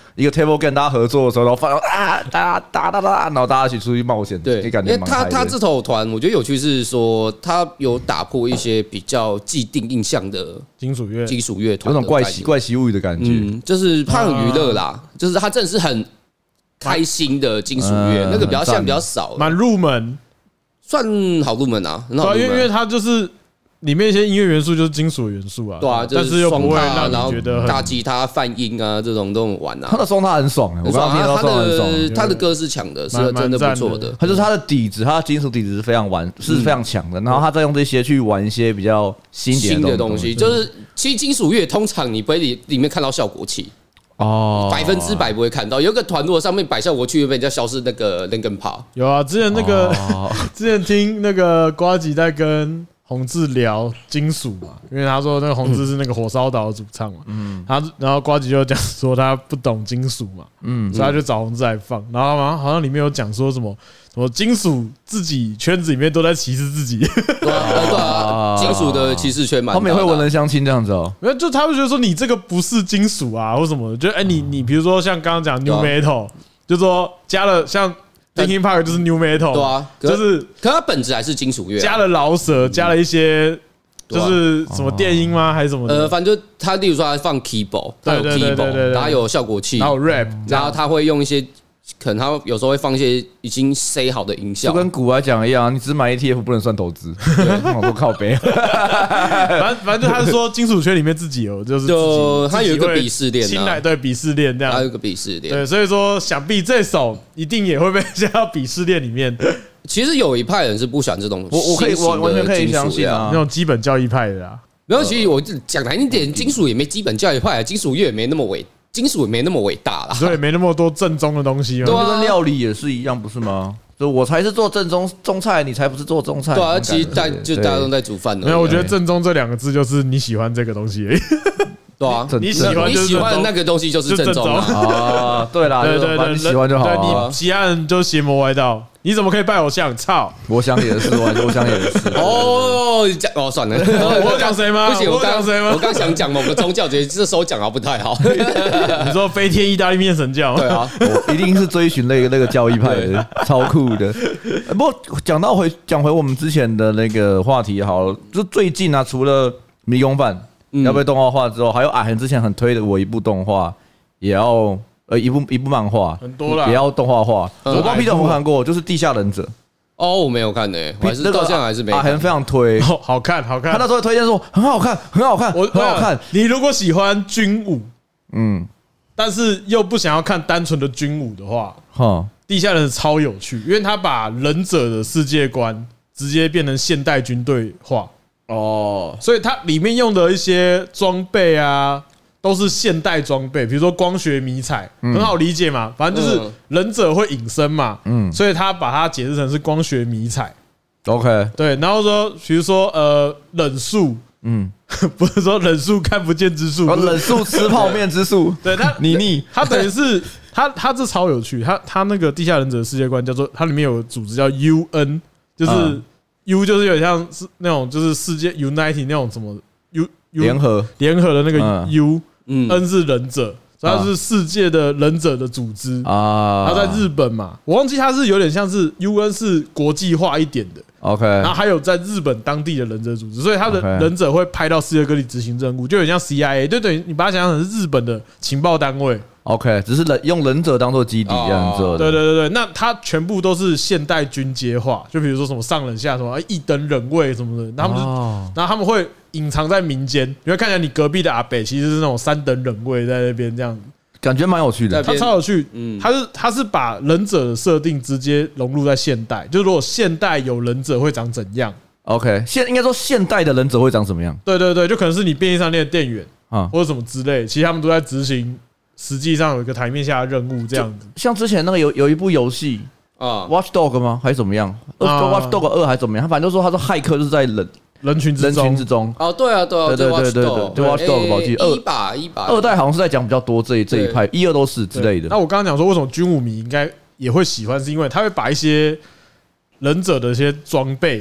一个 table game 大家合作的时候，然后发现打，然后大家一起出去冒险， 对， 感觉因为他这头团，我觉得有趣是说，他有打破一些比较既定印象的金属乐有团， 种怪奇物语的感觉， 就是他很娱乐啦，就是他真的是很开心的金属乐，那个比较像比较少， 蛮入门， 算好入门啊，很好入门， 因为他就是里面一些音乐元素就是金属元素啊， 对啊， 但是又不会让你觉得大吉他、泛音啊这种都很玩啊。 他的双踏很爽我刚刚听到双踏很爽， 他的歌是强的，是真的不错的。 他就是他的底子，他的金属底子是非常强的，然后他再用这些去玩一些比较新的东西， 就是其实金属乐通常你不会里面看到效果器。100%不会看到，有个团如果上面摆效果器，会被人家消失那个 Linkin Park。 有啊，之前那个之前听那个呱吉在跟宏志聊金属嘛，因为他说那个宏志是那个火烧岛的主唱嘛，然后呱吉就讲说他不懂金属嘛，所以他就找宏志来放，然后好像里面有讲说什么金属自己圈子里面都在歧视自己， 对啊，金属的歧视圈蛮大的， 他们也会文人相亲这样子哦， 没有，就他们觉得说你这个不是金属啊，或什么的，就你比如说像刚刚讲 New Metal，就说加了像。Linkin Park 就是 New Metal， 对啊，可它本质还是金属乐，加了饶舌，加了一些就是什么电音吗？还是什么的？ 反正就他，例如说他放 keyboard， 他有 keyboard， 然后有效果器， 然后 rap， 然后他会用一些。可能他有时候会放一些已经 say 好的音效， 就跟股来讲一样，你只买 ETF 不能算投资。我说靠北， 反正他是说金属圈里面自己有，就他有一个鄙视链， 青睐对鄙视链这样， 他有一个鄙视链， 对，所以说想必这首一定也会被加到鄙视链里面。 其实有一派人是不喜欢这种， 我完全可以相信啊， 那种基本教义派的啊。 然后其实我讲难一点，金属也没基本教义派，金属乐也没那么伟。金属也没那么伟大啦， 所以没那么多正宗的东西嘛。 对啊，跟料理也是一样，不是吗？就我才是做正宗中菜，你才不是做中菜。 对啊，其实大家都在煮饭的。 没有，我觉得正宗这2个字就是你喜欢这个东西而已。 对啊， 你喜欢的那个东西就是正宗啊。 对啦，对，你喜欢就好。 对，你其他人就邪魔歪道。你怎么可以拜偶像？操！ 我想也是，我想也是。 算了， 我讲谁吗？ 不行， 我讲谁吗？ 我刚想讲某个宗教，觉得这时候讲好不太好。 你说飞天意大利面神教？ 对啊， 我一定是追寻那个教义派的，超酷的。不过讲回我们之前的那个话题好了，就最近啊，除了迷宫饭要被动画化之后，还有阿恒之前很推的我一部动画也要。一部漫画很多啦， 也要动画化。我不知道 Peter 有没有看过，就是《地下忍者》。 我没有看呢，我还是到现在还是没看。 很非常推， 好看。他那时候推荐说很好看，很好看。 你如果喜欢军武，但是又不想要看单纯的军武的话，地下忍者超有趣，因为他把忍者的世界观直接变成现代军队化。所以它里面用的一些装备啊。都是现代装备，比如说光学迷彩，很好理解嘛。反正就是忍者会隐身嘛，所以他把它解释成是光学迷彩。 OK， 对，然后说，比如说忍术，不是说忍术看不见之术， 忍术吃泡面之术。 对他， 你， 他等于是他这超有趣，他那个地下忍者的世界观叫做，它里面有个组织叫 UN， 就是 U 就是有点像是那种就是世界 United 那种什么 U 联合的那个 U。N 是忍者，它是世界的忍者的组织啊。它在日本嘛，我忘记它是有点像是 UN 是国际化一点的 ，OK。 然后还有在日本当地的忍者组织，所以它的忍者会派到世界各地执行任务，就有点像 CIA， 就等于你把它想象成是日本的情报单位。 OK， 只是用忍者当做基底这样做的。 对，那它全部都是现代军阶化，就比如说什么上忍下什么一等忍位什么的，然后他们会隐藏在民间，你会看起来你隔壁的阿北其实是那种3等忍位在那边这样子， 感觉蛮有趣的。 它超有趣，它是把忍者的设定直接融入在现代，就是如果现代有忍者会长怎样 ？OK， 应该说现代的忍者会长什么样？ 对，就可能是你便利商店的店员或者什么之类，其实他们都在执行。实际上有一个台面下的任务，这样子。像之前那个有一部游戏，Watch Dog 吗？还是怎么样？Watch Dog 2还是怎么样？他反正就说他说骇客就是在人群之中。 对啊， 对 Watch Dog 我记得2代好像是在讲比较多这一派，1、2都是之类的。 那我刚刚讲说，为什么军武迷应该也会喜欢，是因为他会把一些忍者的一些装备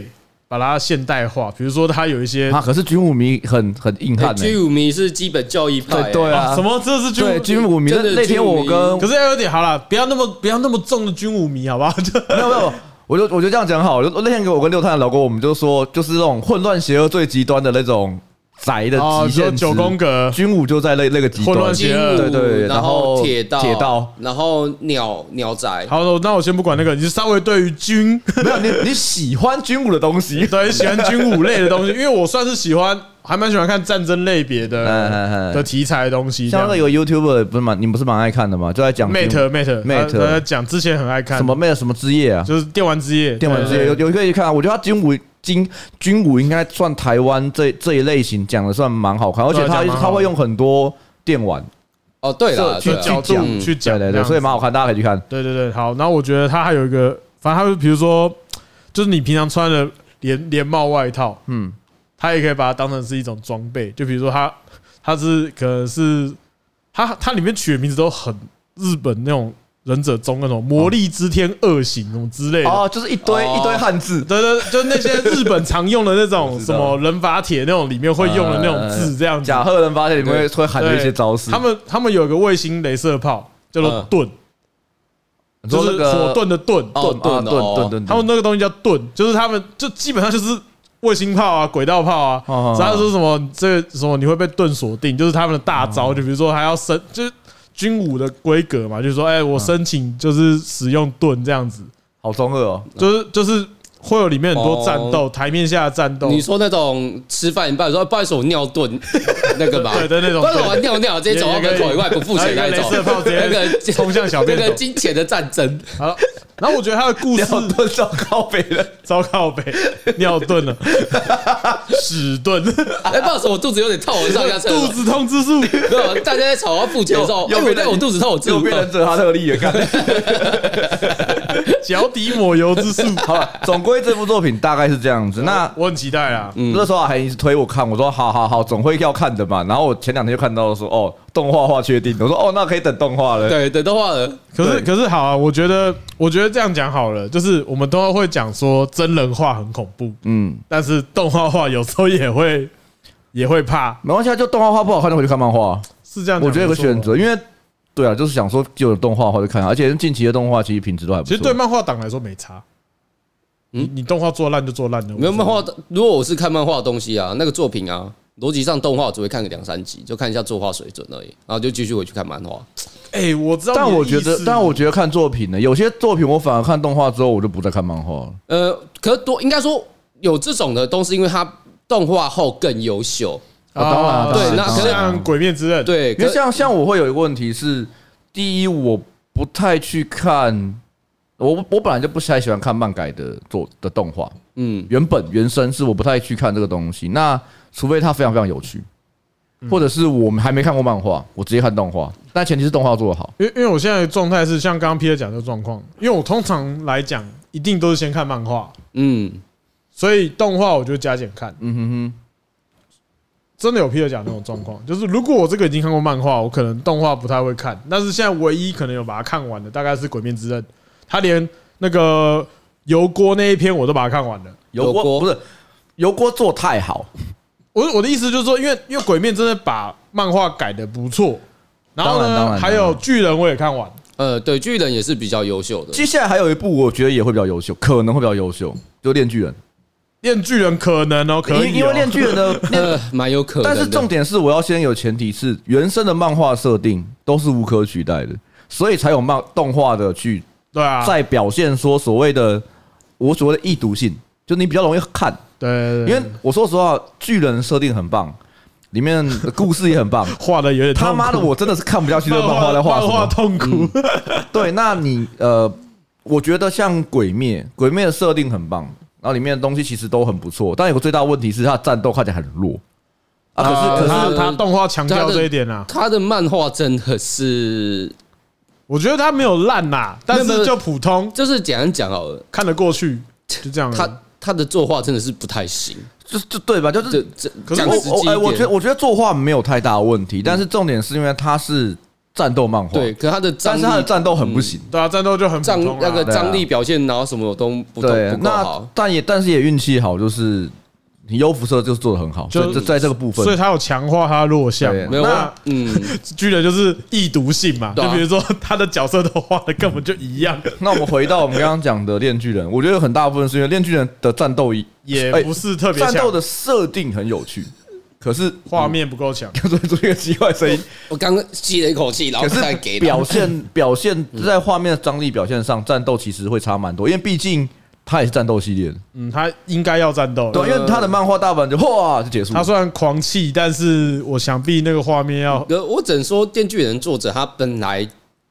把它现代化，比如说它有一些可是军武迷很硬汉军武迷是基本教义派， 对啊， 什么这是军对军武迷。那天我跟可是要有点好啦，不要那么重的军武迷，好不好？ 没有，我就这样讲好。那天我跟六探聊过，我们就说就是那种混乱邪恶最极端的那种宅的极限值，9 宫格军武就在那个极端， 混乱邪恶， 对， 然后铁道， 然后鸟宅。 好，那我先不管那个，你就稍微对于军没有你喜欢军武的东西， 对，喜欢军武类的东西，因为我算是还蛮喜欢看战争类别的题材的东西。 像那个 YouTuber 你不是蛮爱看的吗？就在讲 Mate， 他在讲之前很爱看什么 Mate 什么之夜啊， 就是电玩之夜， 有可以看啊。我觉得他军武应该算台湾这一类型讲的算蛮好看，而且他会用很多电玩对了去讲， 对，所以蛮好看，大家可以去看。 对，好。然后我觉得他还有一个，反正他比如说，就是你平常穿的连帽外套，他也可以把它当成是一种装备。就比如说他是可能是他里面取的名字都很日本那种。忍者中那种魔力之天恶行那种之类的就是一堆汉字， 对，就那些日本常用的那种什么人法帖那种里面会用的那种字，这样子。 甲贺人法帖里面会含的一些招式。 他们有个卫星雷射炮叫做盾，就是火盾的盾，他们那个东西叫盾，就是他们就基本上就是卫星炮啊、轨道炮啊，然后说什么这什么你会被盾锁定，就是他们的大招，就比如说还要就是军武的规格嘛，就是说，我申请就是使用盾这样子， 好中二哦， 就是会有里面很多战斗，台面下的战斗。 你说那种吃饭一半说不好意思我尿遁那个吧， 对那种， 不然我尿直接走到门口以外不付钱那种， 那个冲向小便斗， 那个金钱的战争。 好，然后我觉得他的故事尿遁糟靠北了， 糟靠北尿遁了，屎遁。 不好意思，我肚子有点痛，我上下厕所。 肚子痛之术， 没有，大家在吵要付钱的时候，我肚子痛，我自己又变成者哈特利了，看脚底抹油之术。 好了，总归这部作品大概是这样子。那我很期待啊， 那时候还一直推我看，我说好，总会要看的嘛。然后我前2天就看到说动画化确定，我说那可以等动画了。 对，等动画了。 可是好啊，我觉得这样讲好了，就是我们都会讲说真人化很恐怖，但是动画化有时候也会怕。 没关系，就动画化不好看就回去看漫画， 是这样。 我觉得有个选择，因为对啊，就是想说就有动画化就看，而且近期的动画其实品质都还不错。 其实对漫画党来说没差。你动画做烂就做烂了。 没有漫画，如果我是看漫画的东西啊，那个作品啊，逻辑上动画只会看个2-3集，就看一下作画水准而已，然后就继续回去看漫画。 我知道， 但我觉得看作品呢，有些作品我反而看动画之后，我就不再看漫画了。 可是应该说有这种的都是因为它动画后更优秀。 当然， 对，那可是像《鬼灭之刃》， 对， 因为像我会有一个问题是，第一，我不太去看。我本来就不太喜欢看漫改的动画，原生是我不太去看这个东西。那除非它非常非常有趣，或者是我们还没看过漫画，我直接看动画。但前提是动画做得好。 因为我现在的状态是像刚刚 Peter 讲的状况，因为我通常来讲一定都是先看漫画，所以动画我就加减看。真的有 Peter 讲那种状况，就是如果我这个已经看过漫画，我可能动画不太会看。但是现在唯一可能有把它看完的，大概是《鬼灭之刃》。他连那个油锅那一篇我都把它看完了。 油锅不是油锅做太好。 我的意思就是说，因为鬼灭真的把漫画改得不错，然后呢，还有巨人我也看完。 对，巨人也是比较优秀的。 接下来还有一部我觉得也会比较优秀，可能会比较优秀，就炼巨人。 炼巨人可能可以， 因为炼巨人的蛮有可能。 但是重点是我要先有前提是原生的漫画设定都是无可取代的，所以才有动画的去。 对啊， 在表现说所谓的易读性，就你比较容易看。 对， 因为我说实话，巨人设定很棒，里面的故事也很棒， 画的有点他妈的，我真的是看不下去这个漫画在画什么， 痛苦。 对，那你我觉得像鬼灭的设定很棒，然后里面的东西其实都很不错，但有个最大问题是它的战斗看起来很弱。可是他动画强调这一点啊， 他的漫画真的是。 我觉得他没有烂呐，但是就普通， 就是简单讲好了， 看得过去，就这样。 他的作画真的是不太行， 就对吧？就是讲实际一点， 我觉得作画没有太大的问题，但是重点是因为他是战斗漫画， 对，可是他的但是他的战斗很不行。 对啊，战斗就很普通那个张力表现，然后什么都不够好。 但是也运气好，就是你优辐射就是做的很好，就在这个部分， 所以他有强化他的弱项。 没有巨人就是易读性嘛，就比如说他的角色都画的根本就一样。 那我们回到我们刚刚讲的链巨人，我觉得很大部分是因为链巨人的战斗也不是特别强， 战斗的设定很有趣。可是画面不够强， 所以做一个奇怪的声音。 我刚刚吸了一口气，然后再给表现在画面的张力表现上，战斗其实会差蛮多，因为毕竟它也是战斗系列的。 他应该要战斗， 对，因为他的漫画大本就哇就结束了。 他虽然狂气，但是我想必那个画面要…… 我只能说，《电锯人》作者他本来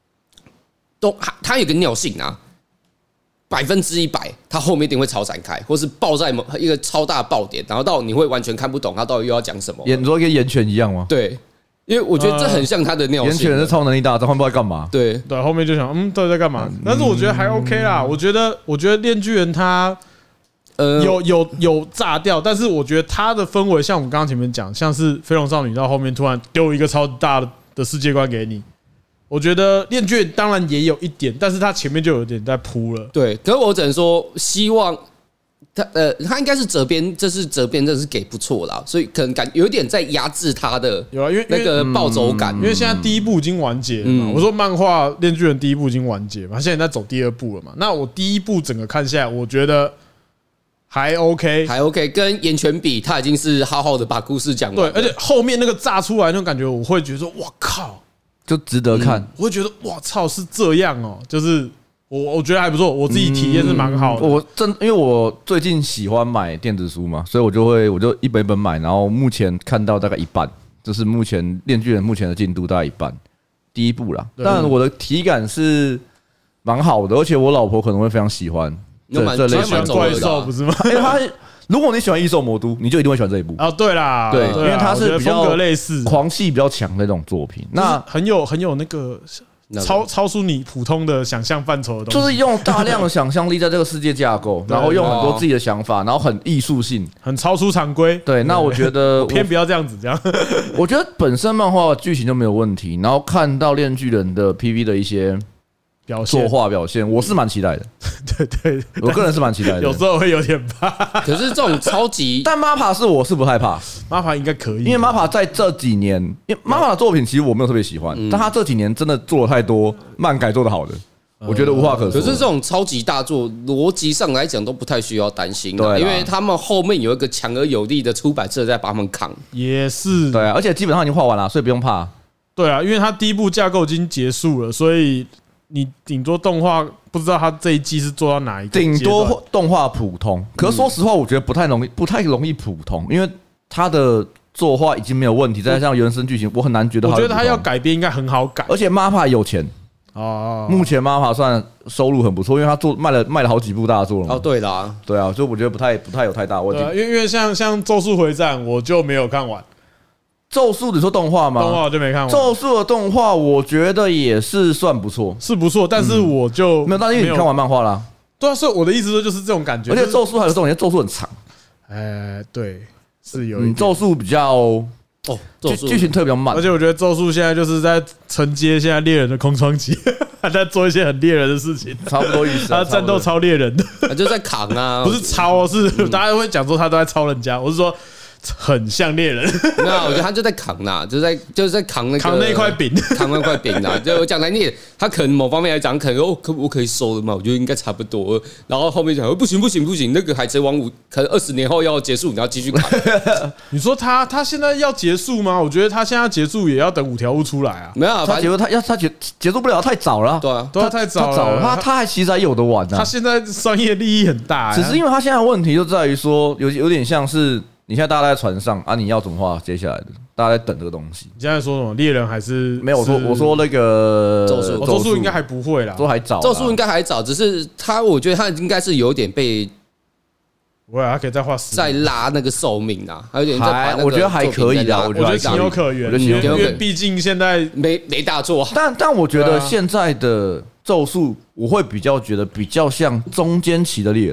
他有个尿性啊。100%，他后面一定会超展开，或是爆在某一个超大的爆点，然后到你会完全看不懂他到底又要讲什么。 你说跟岩泉一样吗？ 对，因为我觉得这很像他的尿性。 岩泉是超能力大战，不知道在干嘛。 对， 后面就想，到底在干嘛？但是我觉得还 OK 啦。我觉得链锯人他有炸掉，但是我觉得他的氛围，像我们刚刚前面讲，像是飞龙少女到后面突然丢一个超大的世界观给你。我觉得链锯当然也有一点，但是他前面就有点在铺了。 对，可是我只能说，希望他应该是责编，这是责编，真的是给不错啦，所以可能有一点在压制他的有啊，因为那个暴走感， 因为现在第一部已经完结了嘛。我说漫画《链锯人》第一部已经完结嘛，现在在走第二部了嘛。那我第一部整个看下来，我觉得还 OK， 跟岩泉比，他已经是好好的把故事讲完了。 对，而且后面那个炸出来那种感觉，我会觉得说，哇靠！ 就值得看， 我会觉得哇操是这样哦，就是我觉得还不错，我自己体验是蛮好的。 因为我最近喜欢买电子书嘛，所以我就一本一本买，然后目前看到大概一半，就是目前链锯人目前的进度大概一半，第一部啦。但我的体感是蛮好的，而且我老婆可能会非常喜欢这类型的怪兽，不是吗？ 因为他如果你喜欢异兽魔都，你就一定会喜欢这一部啊。对啦， 对，因为它是比较风格类似、 狂气比较强的那种作品，那很有那个超出你普通的想象范畴的东西， 就是用大量的想象力在这个世界架构，然后用很多自己的想法，然后很艺术性， 很超出常规。 对，那我觉得偏不要这样子，这样。 我觉得本身漫画剧情就没有问题，然后看到链锯人的 PV 的一些作画表现，我是蛮期待的。 对， 我个人是蛮期待的。 有时候会有点怕， 可是这种超级， 但 MAPPA 我是不害怕 ，MAPPA 应该可以， 因为 MAPPA 在这几年，因为 MAPPA 的作品其实我没有特别喜欢，但他这几年真的做了太多漫改做的好的，我觉得无话可说。 可是这种超级大作，逻辑上来讲都不太需要担心，因为他们后面有一个强而有力的出版社在帮他们扛。 也是， 对啊，而且基本上已经画完了，所以不用怕。 对啊，因为他第一部架构已经结束了，所以你顶多动画不知道他这一季是做到哪一个阶段， 顶多动画普通。可是说实话，我觉得不太容易普通，因为他的作画已经没有问题，再加上原生剧情，我很难觉得。 我觉得他要改编应该很好改， 而且 MAPPA 有钱哦。 目前 MAPPA 算收入很不错，因为他卖了好几部大作了嘛。 哦，对啦， 对啊，所以我觉得不太有太大问题。 因为像《咒术回战》，我就没有看完。 咒术你说动画吗？ 动画我就没看完。 咒术的动画我觉得也是算不错， 是不错，但是我就没有，但因为你看完漫画啦。 对啊，所以我的意思说就是这种感觉。 而且咒术还有重点，咒术很长。 对，是有一点。 咒术比较剧情特别慢， 而且我觉得咒术现在就是在承接现在猎人的空窗期，他在做一些很猎人的事情， 差不多意思。 他战斗超猎人的， 他就在扛啊， 不是超，是大家会讲说他都在超人家，我是说。很像猎人， 没有，我觉得他就在扛啦，就是在扛那块饼， 扛那块饼啦。就我讲难听，他可能某方面来讲，可能我可以收了嘛，我觉得应该差不多。然后后面讲不行，那个海贼王5可能20年后要结束，你要继续扛。 你说他现在要结束吗？我觉得他现在要结束也要等5条悟出来啊。 没有， 他结束不了，太早了。 对啊， 太早了。 他还其实还有的玩呢。 他现在商业利益很大， 只是因为他现在的问题就在于说，有点像是。你现在大家在船上啊，你要怎么画接下来的？大家在等这个东西。 你现在说什么？猎人还是没有？我说那个咒术应该还不会啦， 都还早。 咒术应该还早，只是我觉得他应该是有点被， 他可以再画再拉那个寿命啊，还有点在我觉得还可以的，我觉得情有可原，因为毕竟现在没大作。 但我觉得现在的咒术，我会比较觉得比较像中间期的猎人。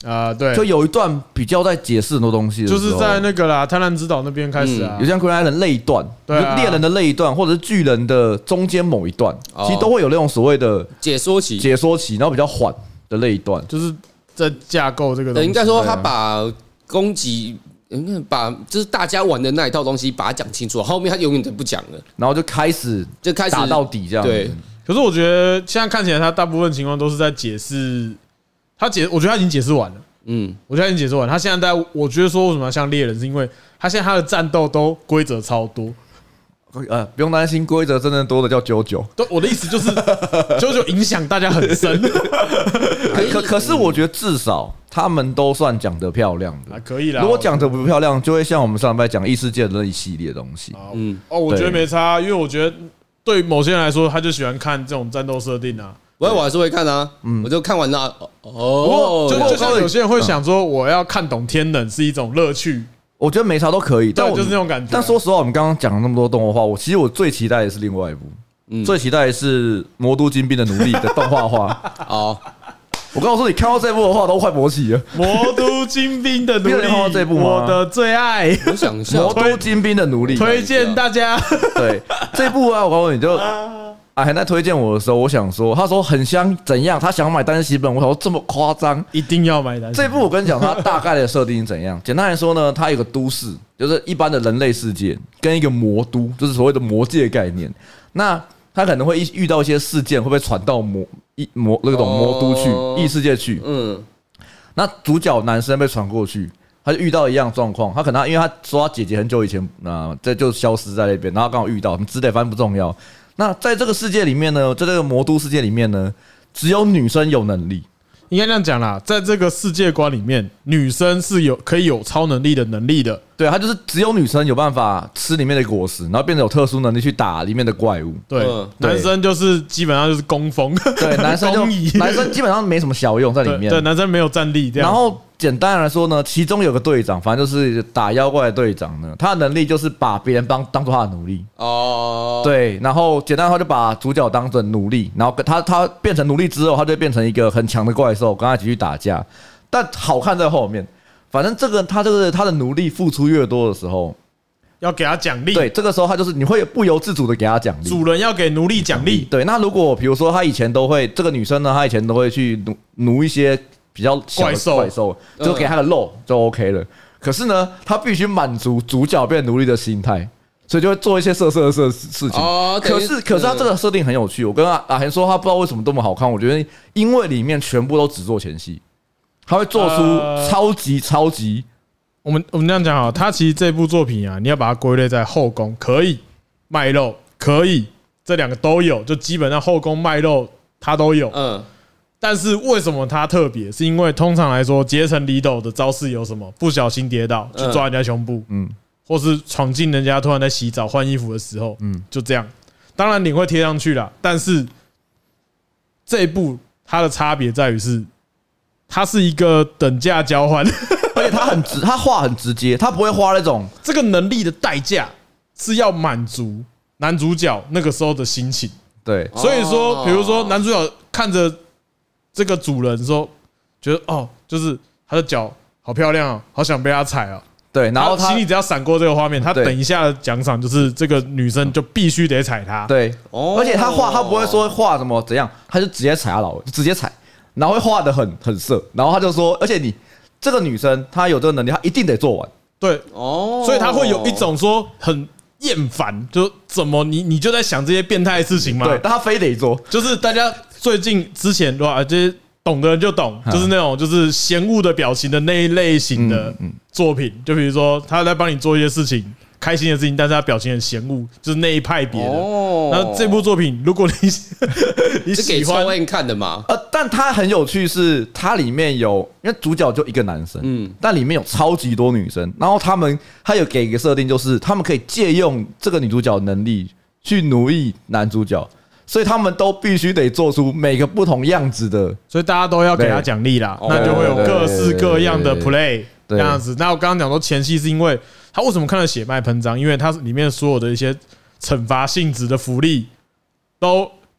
对， 就有一段比较在解释很多东西的时候， 就是在那个啦，贪婪之岛那边开始啊， 有像昆仑的那一段， 对啊猎人的那一段，或者是巨人的中间某一段，其实都会有那种所谓的解说期， 然后比较缓的那一段， 就是在架构这个东西。 应该说他把攻击。把就是大家玩的那一套东西把它讲清楚，后面他永远都不讲了， 然后就开始打到底这样。 对， 可是我觉得现在看起来，他大部分情况都是在解释，我觉得他已经解释完了。我觉得他已经解释完了。他现在我觉得说为什么要像猎人，是因为他现在他的战斗都规则超多。 不用担心，规则真的多的叫99。 对，我的意思就是，99影响大家很深。 可是我觉得至少他们都算讲得漂亮的， 可以啦。 如果讲得不漂亮，就会像我们上礼拜讲异世界的那一系列东西。 我觉得没差，因为我觉得对某些人来说，他就喜欢看这种战斗设定啊。 我还是会看啊，我就看完了。 就像有些人会想说，我要看懂天冷是一种乐趣。 我觉得没啥都可以，但就是那种感觉。 但说实话，我们刚刚讲了那么多动画，其实我最期待的是另外一部，最期待的是《魔都精兵的奴隶》的动画化。我告诉你，看到这部的话都快勃起了。 《魔都精兵的奴隶》， 看到这部吗？ 我的最爱。 我想一下， 《魔都精兵的奴隶》 推荐大家。 对这部啊，我告诉你就。还在推荐我的时候，我想说，他说很香怎样？他想买单行本，我想说这么夸张， 一定要买单行本。 这部我跟你讲，它大概的设定是怎样？简单来说呢，它有个都市，就是一般的人类世界，跟一个魔都，就是所谓的魔界概念。那他可能会遇到一些事件，会不会传到那种魔都去异世界去？那主角男生被传过去，他就遇到一样状况。他可能因为他说他姐姐很久以前这就消失在那边，然后刚好遇到，之类反正不重要。那在这个世界里面呢，在这个魔都世界里面呢，只有女生有能力。 应该这样讲啦，在这个世界观里面，女生是可以有超能力的能力的。 对，她就是只有女生有办法吃里面的果实，然后变成有特殊能力去打里面的怪物。 对，男生就是基本上就是攻锋。 对，男生基本上没什么小用在里面。 对，男生没有战力这样。 然后简单来说呢，其中有个队长，反正就是打妖怪的队长呢，他的能力就是把别人当做他的奴隶。对，然后简单的话就把主角当成奴隶，然后他变成奴隶之后，他就变成一个很强的怪兽，跟他一起去打架。但好看在后面。反正他的奴隶付出越多的时候， 要给他奖励。 对，这个时候他就是你会不由自主的给他奖励。 主人要给奴隶奖励。 对，那如果比如说他以前都会这个女生呢，她以前都会去奴一些比较小的怪兽，就给他的肉就 OK 了。可是呢，他必须满足主角变奴隶的心态，所以就会做一些色的事情。可是他这个设定很有趣。我跟阿贤说，他不知道为什么这么好看。我觉得因为里面全部都只做前戏。他会做出超级， 我们这样讲好，他其实这部作品啊，你要把它归类在后宫可以，卖肉可以，这两个都有，就基本上后宫卖肉他都有。但是为什么他特别？是因为通常来说，结成离斗的招式有什么？不小心跌倒去抓人家胸部，或是闯进人家突然在洗澡换衣服的时候，就这样。当然脸会贴上去啦，但是这一部它的差别在于是。它是一个等价交换， 而且他画很直接，他不会画那种这个能力的代价是要满足男主角那个时候的心情。 对， 所以说，比如说男主角看着这个主人说，觉得就是他的脚好漂亮哦，好想被他踩哦。 对，然后他心里只要闪过这个画面，他等一下的奖赏就是这个女生就必须得踩他。 对，而且他不会说画什么怎样，他就直接踩他老婆，就直接踩。然后会画得很色，然后他就说，而且你这个女生她有这个能力，她一定得做完。对， 所以她会有一种说很厌烦，就怎么你就在想这些变态的事情吗？ 对，但她非得做。 就是大家最近之前的话，这些懂的人就懂，就是那种就是嫌恶的表情的那一类型的作品，就比如说他在帮你做一些事情。开心的事情，但是他表情很嫌恶，就是那一派别的。那这部作品，如果你喜欢看的嘛， 但它很有趣，是它里面有，因为主角就一个男生，但里面有超级多女生，然后他有给一个设定，就是他们可以借用这个女主角的能力去奴役男主角，所以他们都必须得做出每个不同样子的， 所以大家都要给他奖励啦，那就会有各式各样的 play 这样子。那我刚刚讲说前戏是因为。他为什么看到血脉喷张？因为它里面所有的一些惩罚性质的福利都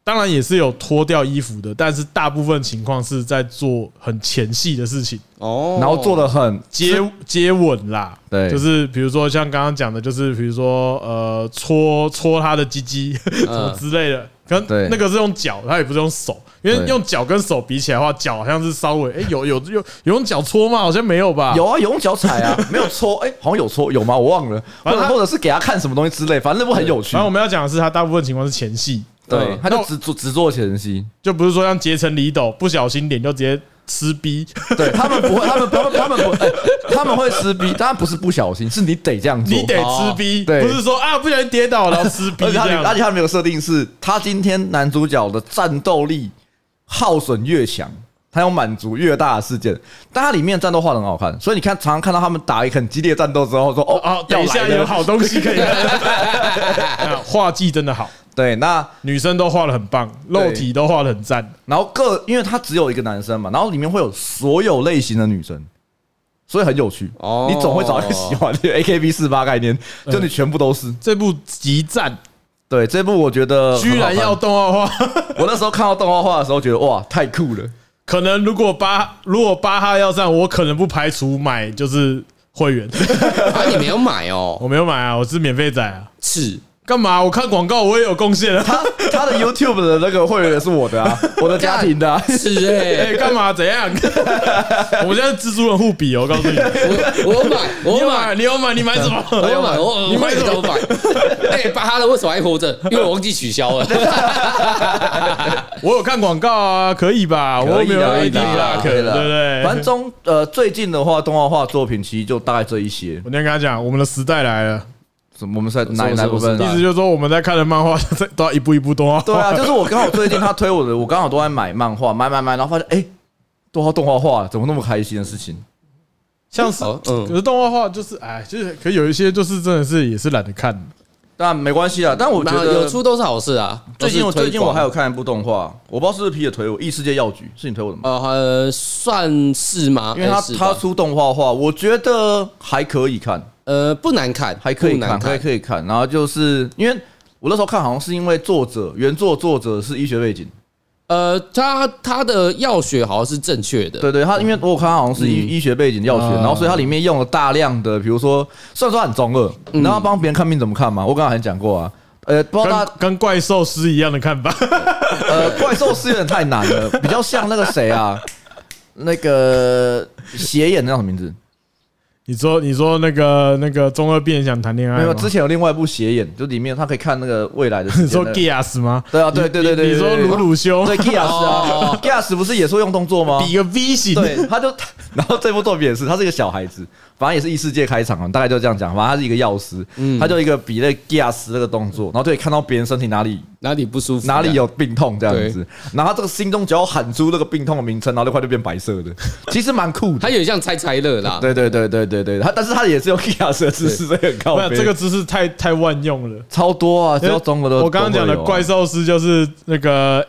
当然也是有脱掉衣服的，但是大部分情况是在做很前戏的事情哦， 然后做的很接吻啦， 对， 就是比如说像刚刚讲的，就是比如说戳他的鸡鸡什么之类的。跟那个是用脚，他也不是用手，因为用脚跟手比起来的话，脚好像是稍微有用脚搓吗？好像没有吧？ 有啊，有用脚踩啊，没有搓，好像有搓，有吗？我忘了，或者是给他看什么东西之类，反正那部很有趣。 反正我们要讲的是，他大部分情况是前戏， 对，他就只做前戏， 就不是说像结成李斗，不小心脸就直接吃逼。 对他们不会，他们会吃逼，当然不是不小心，是你得这样做， 你得吃逼， 对， 不是说啊不小心跌倒然后吃逼这样。 而且他们有设定是，他今天男主角的战斗力耗损越强，他要满足越大的事件，但他里面战斗画得很好看，所以你看常常看到他们打一个很激烈的战斗之后，说等一下有好东西可以看，画技真的好。 对，那女生都画得很棒，肉体都画得很赞。 然后因为他只有一个男生嘛，然后里面会有所有类型的女生，所以很有趣。你总会找一个喜欢的 AKB48 概念，就你全部都是。这部极赞， 对，这部我觉得居然要动画化。 我那时候看到动画化的时候，觉得哇，太酷了。 可能如果巴哈要上，我可能不排除买就是会员。 你没有买哦？ 我没有买啊，我是免费仔啊。 是。 干嘛？我看广告我也有贡献啊。 他的 YouTube 的那个会员是我的啊，我的家庭的啊。 是干嘛？怎样？我们现在蜘蛛人互比哦，我告诉你。 我买， 你有买？你买什么？ 我有买，你买什么买？巴哈的为什么还活着？因为我忘记取消了。 我有看广告啊，可以吧？我没有 AD Block，对不对？ 反正最近的话，动画化作品其实就大概这一些。 我那天跟他讲，我们的时代来了。 我们在哪部分？ 意思就是说我们在看的漫画都要一步一步动画。 对啊，就是我刚好最近他推我的，我刚好都在买漫画，买，然后发现都要动画化，怎么那么开心的事情？ 像是可是动画化就是就是可有一些就是真的是也是懒得看。 但没关系啊，但我觉得有出都是好事啊。 最近我还有看一部动画，我不知道是不是 P 的推我，《异世界药局》是你推我的吗？算是吗？ 因为他出动画化，我觉得还可以看。 不难看， 还可以看，可以看。然后就是因为我那时候看，好像是因为原作作者是医学背景。 他的药学好像是正确的。 对，他因为我看他好像是医学背景药学，然后所以他里面用了大量的，比如说虽然说很中二，然后帮别人看病怎么看嘛？我刚才讲过啊。不知道大家跟怪兽师一样的看法。 怪兽师有点太难了，比较像那个谁啊，那个斜眼那叫什么名字？ 你说那个中二病想谈恋爱？ 没有，之前有另外一部斜眼，就里面他可以看那个未来的。 你说 Geass 吗？ 对啊，对。 你说鲁兄？ 对 Geass 啊 ，Geass 不是也说用动作吗？ 比个 V 型。 对，然后这部作品也是，他是一个小孩子，反正也是异世界开场啊，大概就这样讲。反正他是一个药师，他就一个比那 Geass 那个动作，然后就可以看到别人身体哪里不舒服，哪里有病痛这样子。然后他这个心中只要喊出那个病痛的名称，然后那块就变白色的，其实蛮酷的。 他有点像猜猜乐啦。 对，但是他也是用 Geass 的姿势，所以很靠北。 这个姿势太万用了， 超多啊！只要中国都。 我刚刚讲的怪兽师就是那个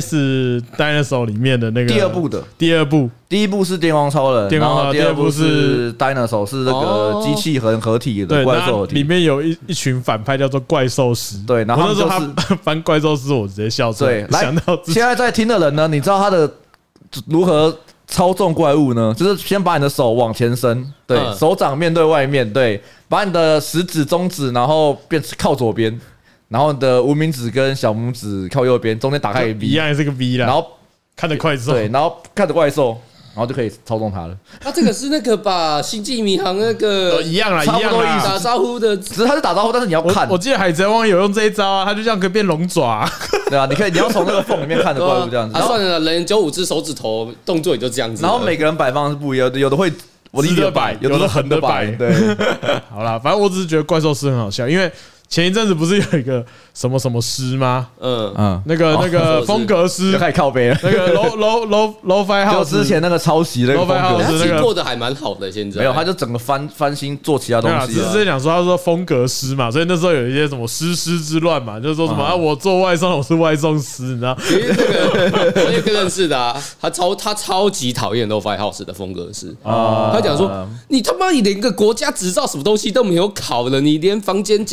SS Dinosaur 里面的那个第二部。 第一部是电光超人，然后第二部是 Dinosaur， 是那个机器人合体的怪兽合体。 里面有一群反派叫做怪兽师。 对，然后那时候他翻怪兽师，我直接笑出来。 对， 想到现在在听的人呢，你知道他的如何操纵怪物呢？就是先把你的手往前伸，对，手掌面对外面，对，把你的食指、中指，然后靠左边，然后你的无名指跟小拇指靠右边，中间打开一个 V， 一样也是个 V 啦。然后看着怪兽， 对，然后看着怪兽。然后就可以操纵它了。 这个是那个吧，《星际迷航》那个一样啦， 差不多意思。 打招呼的， 只是他是打招呼，但是你要看。 我记得海贼王有用这一招啊，他就这样可以变龙爪。 对啊，你要从那个缝里面看着怪物这样子。 算了，人有5只手指头，动作也就这样子。 然后每个人摆放是不一样的，有的会直的摆，有的横的摆。 对， 好啦，反正我只是觉得怪兽师很好笑，因为。前一阵子不是有一个什么什么师吗？那个风格师开始靠背了。 那个 low-fi house 就之前那个抄袭那个风格， 他过得还蛮好的。现在没有，他就整个翻新做其他东西。 只是讲说他说风格师嘛，所以那时候有一些什么师之乱嘛，就是说什么我做外送，我是外送师，你知道？ 其实那个我也跟认识的啊，他超级讨厌 low-fi house 的风格师。他讲说你他妈你连个国家执照什么东西都没有考了，你连房间结构什么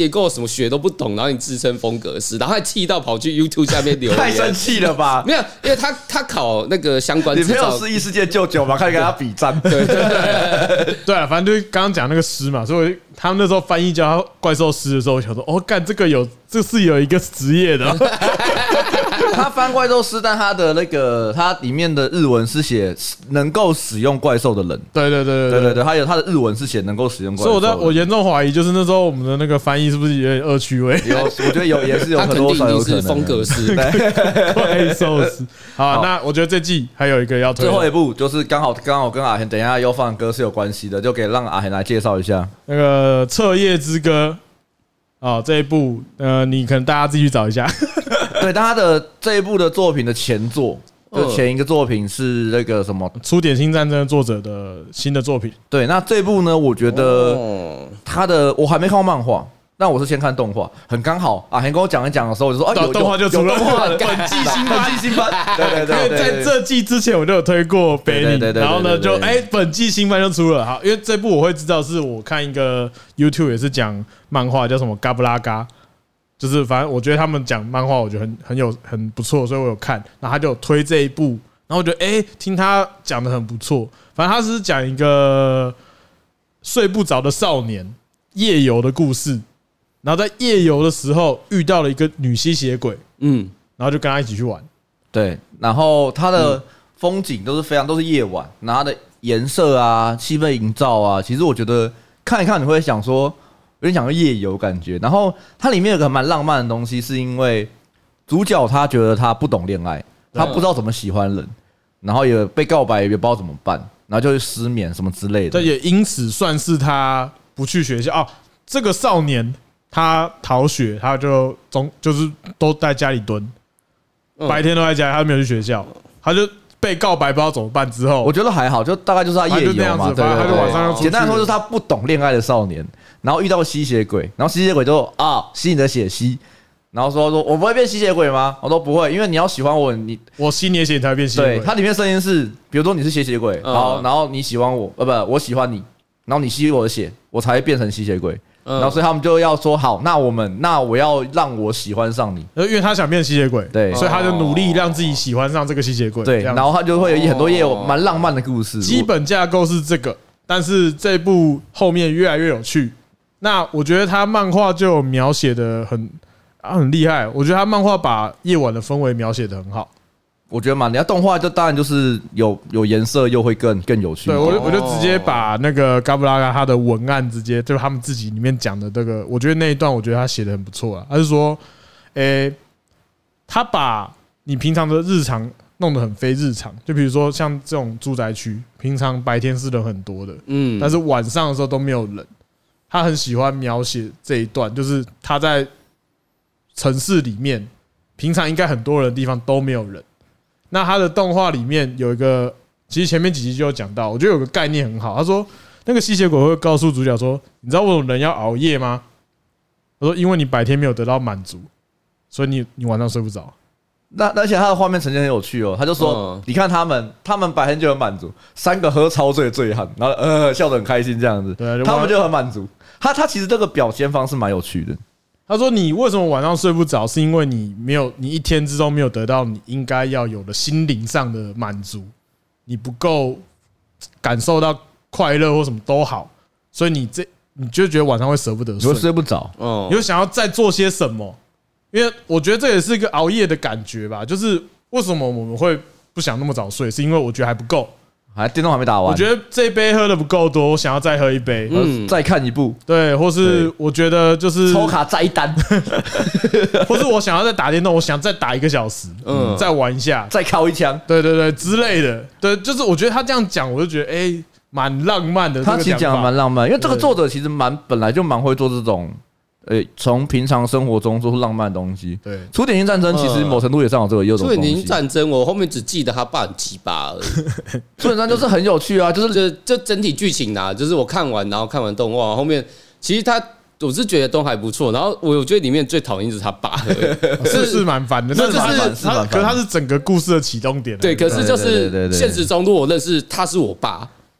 学都不懂，然后你自称风格师，然后还气到跑去 YouTube 下面留言， 太生气了吧？ 没有，因为他考那个相关你执照， 没有是异世界舅舅嘛？看跟他比战。 对啊，反正就是刚刚讲那个诗嘛，所以他们那时候翻译叫他怪兽师的时候，我想说，哦，干这是有一个职业的。 他翻怪兽师，但他的那个他里面的日文是写能够使用怪兽的人。对，他的日文是写能够使用怪兽的人。 所以我严重怀疑，就是那时候我们的那个翻译是不是有点恶趣味？ 我觉得也是有很多少有可能。 风格师， 怪兽师。好，那我觉得这季还有一个要推， 最后一部就是刚好跟阿贤等一下要放的歌是有关系的，就给让阿贤来介绍一下那个《彻夜之歌》。哦，这一部你可能大家自己去找一下。 对，但他的这一部的作品的前作，就前一个作品是那个什么 《出点心战争》作者的新的作品。 对，那这一部呢，我觉得他的我还没看过漫画。但我是先看动画，很刚好啊。跟我讲一讲的时候，我就说动画就出了，本季新番， 对， 因为在这季之前我就有推过北里，然后呢就本季新番就出了。好，因为这部我会知道，是我看一个 YouTube 也是讲漫画，叫什么嘎布拉嘎，就是反正我觉得他们讲漫画，我觉得很不错，所以我有看。然后他就有推这一部，然后我觉得听他讲的很不错。反正他是讲一个睡不着的少年夜游的故事。然后在夜游的时候遇到了一个女吸血鬼，然后就跟他一起去玩。对， 然后它的风景都是夜晚，然后它的颜色啊、气氛营造啊，其实我觉得看一看你会想说，有点想要夜游感觉。然后它里面有个蛮浪漫的东西，是因为主角他觉得他不懂恋爱，他不知道怎么喜欢人，然后也被告白也不知道怎么办，然后就会失眠什么之类的。 对，也因此算是他不去学校哦。这个少年。他逃学，他就是都在家里蹲，白天都在家里，他没有去学校，他就被告白不知道怎么办之后， 我觉得还好，就大概就是他夜游嘛，对， 他就晚上简单来说就是他不懂恋爱的少年，然后遇到吸血鬼，然后吸血鬼就吸你的血吸，然后说我不会变吸血鬼吗？我说不会，因为你要喜欢我， 我吸你的血你才会变吸血鬼。 对，它里面声音是，比如说你是吸血鬼，好，然后你喜欢我，我喜欢你，然后你吸我的血，我才会变成吸血鬼。然后所以他们就要说好，那我要让我喜欢上你， 因为他想变吸血鬼， 对， 所以他就努力让自己喜欢上这个吸血鬼， 对，然后他就会有很多也有蛮浪漫的故事。 基本架构是这个，但是这部后面越来越有趣。那我觉得他漫画就描写的很厉害，我觉得他漫画把夜晚的氛围描写的很好。 我觉得嘛，你要动画就当然就是有颜色，又会更有趣。 对，我就直接把那个嘎布拉嘎他的文案直接就是他们自己里面讲的这个，我觉得那一段我觉得他写的很不错啊。他是说，他把你平常的日常弄得很非日常，就比如说像这种住宅区，平常白天是人很多的，但是晚上的时候都没有人。他很喜欢描写这一段，就是他在城市里面，平常应该很多人的地方都没有人。那他的动画里面有一个，其实前面几集就有讲到，我觉得有个概念很好。他说，那个吸血鬼会告诉主角说：“你知道为什么人要熬夜吗？”他说：“因为你白天没有得到满足，所以你晚上睡不着。” 而且他的画面呈现很有趣哦。他就说：“你看他们白天就很满足，3个喝超醉的醉汉，然后笑得很开心这样子，他们就很满足。他其实这个表现方式蛮有趣的。” 他说：“你为什么晚上睡不着？是因为你一天之中没有得到你应该要有的心灵上的满足，你不够感受到快乐或什么都好，所以你就觉得晚上会舍不得睡， 你会睡不着， 你会想要再做些什么？因为我觉得这也是一个熬夜的感觉吧。就是为什么我们会不想那么早睡，是因为我觉得还不够。” 电动还没打完， 我觉得这一杯喝的不够多，我想要再喝一杯， 再看一部， 对，或是我觉得就是抽卡再一单， 或是我想要再打电动，我想再打1个小时，再玩一下， 再敲一枪， 对之类的，对，就是我觉得他这样讲，我就觉得蛮浪漫的。 他其实讲的蛮浪漫，因为这个作者其实本来就蛮会做这种。从平常生活中做出浪漫的东西。对，出点心战争其实某程度也上有这个有种东西。出点心战争，我后面只记得他爸很鸡巴而已。 出点心战争就是很有趣啊，就是这整体剧情啊，就是我看完动画后面，其实我是觉得都还不错。然后我觉得里面最讨厌就是他爸， 是蛮烦的。那就是可是他是整个故事的启动点。 对，可是就是现实中，如果我认识他是我爸。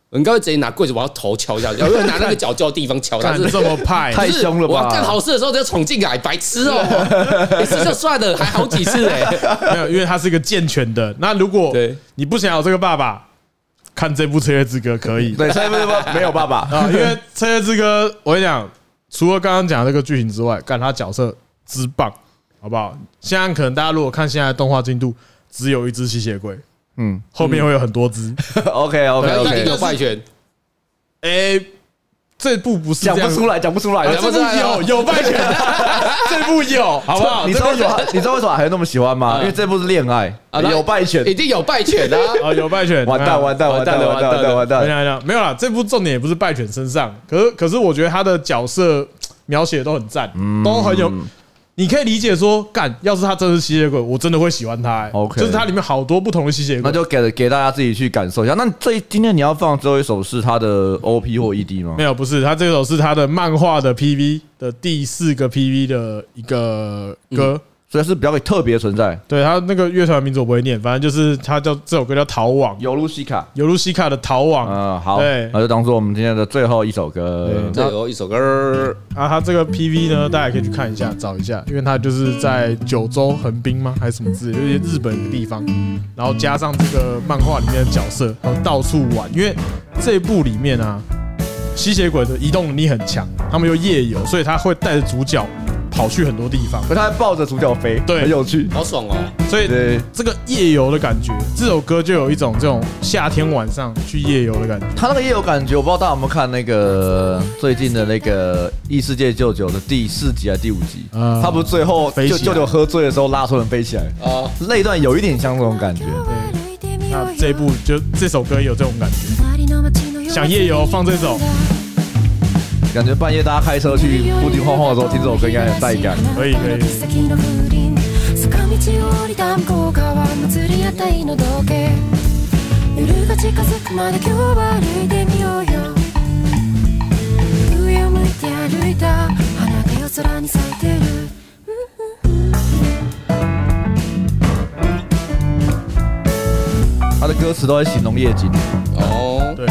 我应该会直接拿柜子往他头敲下去，我会拿那个脚胶的地方敲他。 干这么派， 太凶了吧！ 我要干好事的时候就闯进来，白痴哦！一次就算了，还好几次没有，因为他是一个健全的。那如果你不想有这个爸爸，看这部《彻夜之歌》可以。 对，这部没有爸爸啊，因为《彻夜之歌》，我跟你讲，除了刚刚讲这个剧情之外，干他角色之棒，好不好？现在可能大家如果看现在的动画进度，只有一只吸血鬼。后面会有很多只。 OK， 一定有败犬。 这部不是讲不出来，这部有败犬，这部有，好不好？ 你知道为什么还有那么喜欢吗？因为这部是恋爱，有败犬， 一定有败犬啊！ 有败犬， 完蛋！ 没有啦，这部重点也不是败犬身上，可是我觉得他的角色描写都很赞，都很有。你可以理解说，干，要是他真的是吸血鬼，我真的会喜欢他。 OK， 就是它里面好多不同的吸血鬼， 那就给大家自己去感受一下。那今天你要放最后一首是他的 OP 或 ED 吗？ 没有，不是，他这首是他的漫画的 PV 的第4个 PV 的一个歌。 所以是比较特别存在。 对，他那个乐团名字我不会念，反正就是他这首歌叫《逃亡》， 尤露西卡的《逃亡》。 好，那就当做我们今天的最后一首歌。 最后一首歌啊，他这个 PV 呢，大家可以去看一下，找一下，因为他就是在九州横滨吗，还是什么之类，有些日本一个地方，然后加上这个漫画里面的角色，然后到处玩。因为这一部里面啊，吸血鬼的移动能力很强，他们又夜游，所以他会带着主角跑去很多地方， 可他还抱着主角飞， 对， 很有趣， 好爽哦！ 所以这个夜游的感觉，这首歌就有一种这种夏天晚上去夜游的感觉。 他那个夜游感觉，我不知道大家有没有看那个最近的那个《异世界舅舅》的第4集还是第5集？他不是最后舅舅喝醉的时候拉所有人飞起来啊？那一段有一点像这种感觉。 对，那这一部就这首歌有这种感觉，想夜游放这首。 感觉半夜大家开车去附近晃晃的时候听这首歌应该很带感。 可以。 他的歌词都在形容夜景。 哦， 对。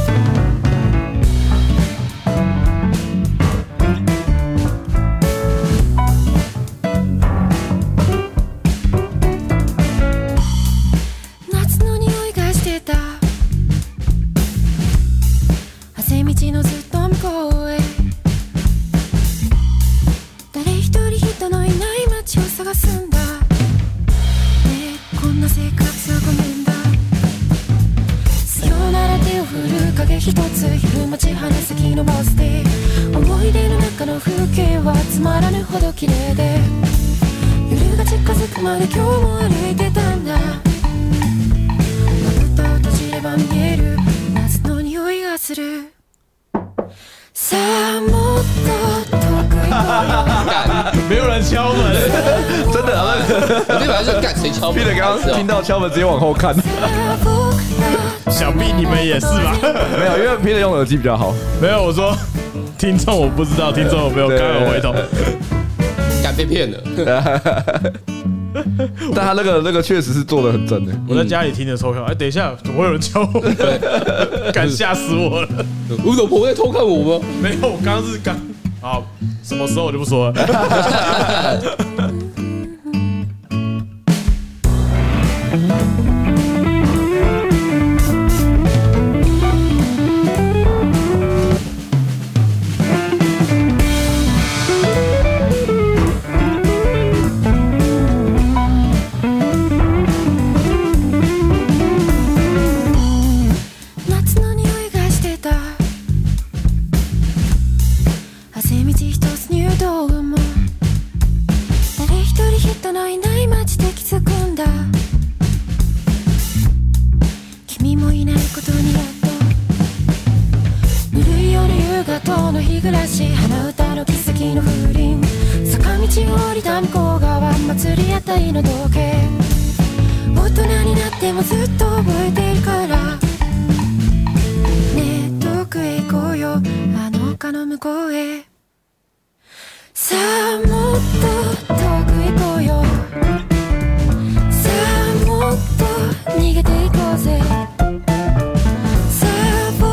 没有人敲门， 真的啊！ 我那本来就干谁敲门？ Peter 刚刚听到敲门直接往后看， 想必你们也是吧？ 没有，因为 Peter 用耳机比较好。 没有，我说听众我不知道，听众有没有刚有回头？ 敢被骗了。 但他那个确实是做的很真的。 我在家里听的时候，等一下，怎么会有人敲我？敢吓死我了！ 吴老婆在偷看我吗？ 没有，我刚好，什么时候我就不说了。 逃げていこうぜさあ僕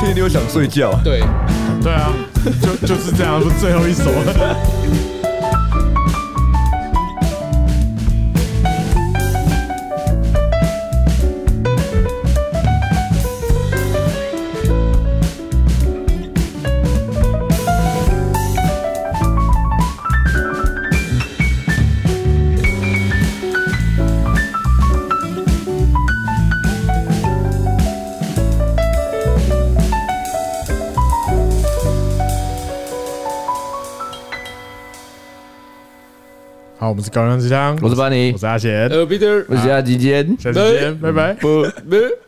听就想睡觉。 对， 对啊，就是这样，不是最后一首了。好，我们是高粱鸡汤， 我是班尼我，是阿贤， Peter， 我是阿吉坚， 下次见，拜拜。 不。